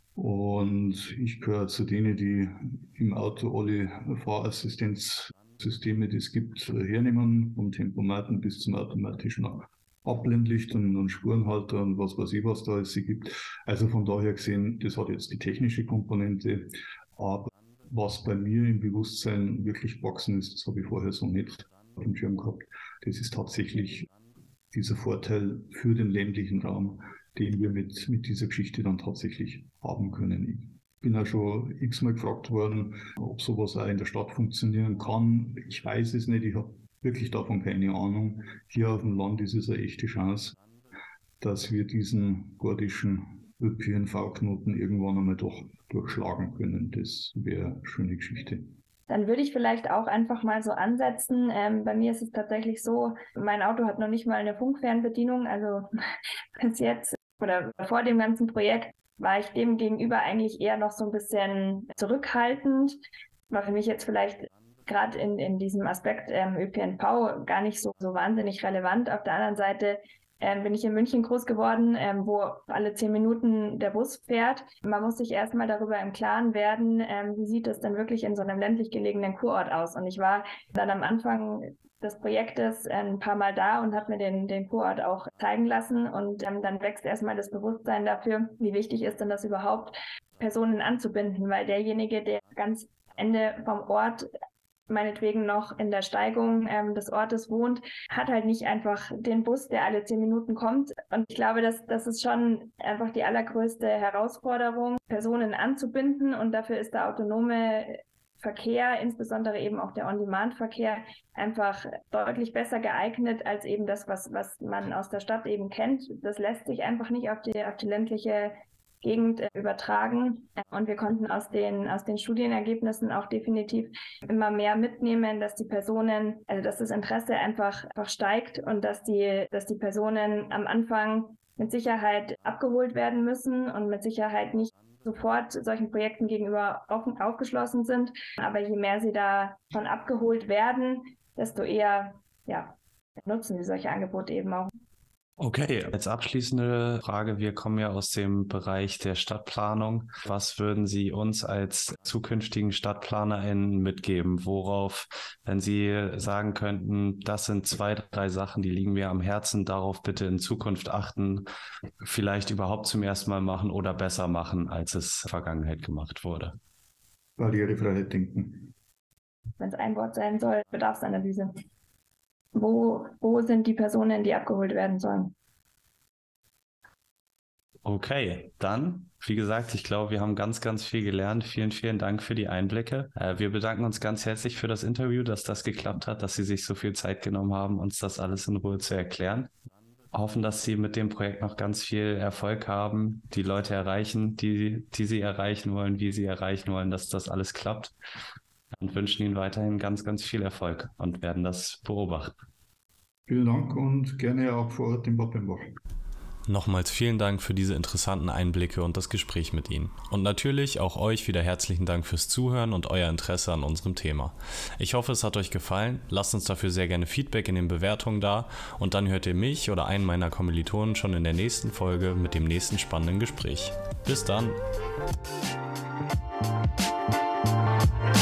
Und ich gehöre zu denen, die im Auto alle Fahrassistenzsysteme, die es gibt, hernehmen, vom Tempomaten bis zum automatischen Abblendlicht und Spurenhalter und was weiß ich, was da alles gibt. Also von daher gesehen, das hat jetzt die technische Komponente, aber was bei mir im Bewusstsein wirklich gewachsen ist, das habe ich vorher so nicht auf dem Schirm gehabt, das ist tatsächlich dieser Vorteil für den ländlichen Raum, den wir mit dieser Geschichte dann tatsächlich haben können. Ich bin ja schon x-mal gefragt worden, ob sowas auch in der Stadt funktionieren kann. Ich weiß es nicht, ich habe wirklich davon keine Ahnung. Hier auf dem Land ist es eine echte Chance, dass wir diesen gordischen ÖPNV-Knoten irgendwann einmal doch durchschlagen können. Das wäre eine schöne Geschichte. Dann würde ich vielleicht auch einfach mal so ansetzen. Bei mir ist es tatsächlich so, mein Auto hat noch nicht mal eine Funkfernbedienung. Also bis jetzt oder vor dem ganzen Projekt war ich dem gegenüber eigentlich eher noch so ein bisschen zurückhaltend. War für mich jetzt vielleicht gerade in diesem Aspekt ÖPNV gar nicht so wahnsinnig relevant. Auf der anderen Seite bin ich in München groß geworden, wo alle 10 Minuten der Bus fährt. Man muss sich erstmal darüber im Klaren werden, wie sieht es denn wirklich in so einem ländlich gelegenen Kurort aus. Und ich war dann am Anfang des Projektes ein paar Mal da und habe mir den Kurort auch zeigen lassen. Und dann wächst erstmal das Bewusstsein dafür, wie wichtig ist denn das überhaupt, Personen anzubinden, weil derjenige, der ganz Ende vom Ort meinetwegen noch in der Steigung des Ortes wohnt, hat halt nicht einfach den Bus, der alle 10 Minuten kommt. Und ich glaube, das ist schon einfach die allergrößte Herausforderung, Personen anzubinden. Und dafür ist der autonome Verkehr, insbesondere eben auch der On-Demand-Verkehr, einfach deutlich besser geeignet als eben das, was man aus der Stadt eben kennt. Das lässt sich einfach nicht auf die ländliche Gegend übertragen. Und wir konnten aus den Studienergebnissen auch definitiv immer mehr mitnehmen, dass die Personen, also dass das Interesse einfach steigt und dass die Personen am Anfang mit Sicherheit abgeholt werden müssen und mit Sicherheit nicht sofort solchen Projekten gegenüber aufgeschlossen sind. Aber je mehr sie davon abgeholt werden, desto eher nutzen sie solche Angebote eben auch. Okay, als abschließende Frage, wir kommen ja aus dem Bereich der Stadtplanung. Was würden Sie uns als zukünftigen StadtplanerInnen mitgeben? Worauf, wenn Sie sagen könnten, das sind 2, 3 Sachen, die liegen mir am Herzen, darauf bitte in Zukunft achten, vielleicht überhaupt zum ersten Mal machen oder besser machen, als es in der Vergangenheit gemacht wurde? Barrierefreiheit denken. Wenn es ein Wort sein soll, Bedarfsanalyse. Wo sind die Personen, die abgeholt werden sollen? Okay, dann, wie gesagt, ich glaube, wir haben ganz, ganz viel gelernt. Vielen, vielen Dank für die Einblicke. Wir bedanken uns ganz herzlich für das Interview, dass das geklappt hat, dass Sie sich so viel Zeit genommen haben, uns das alles in Ruhe zu erklären. Hoffen, dass Sie mit dem Projekt noch ganz viel Erfolg haben, die Leute erreichen, die Sie erreichen wollen, wie Sie erreichen wollen, dass das alles klappt. Und wünschen Ihnen weiterhin ganz, ganz viel Erfolg und werden das beobachten. Vielen Dank und gerne auch vor Ort in Bad Birnbach. Nochmals vielen Dank für diese interessanten Einblicke und das Gespräch mit Ihnen. Und natürlich auch euch wieder herzlichen Dank fürs Zuhören und euer Interesse an unserem Thema. Ich hoffe, es hat euch gefallen. Lasst uns dafür sehr gerne Feedback in den Bewertungen da und dann hört ihr mich oder einen meiner Kommilitonen schon in der nächsten Folge mit dem nächsten spannenden Gespräch. Bis dann!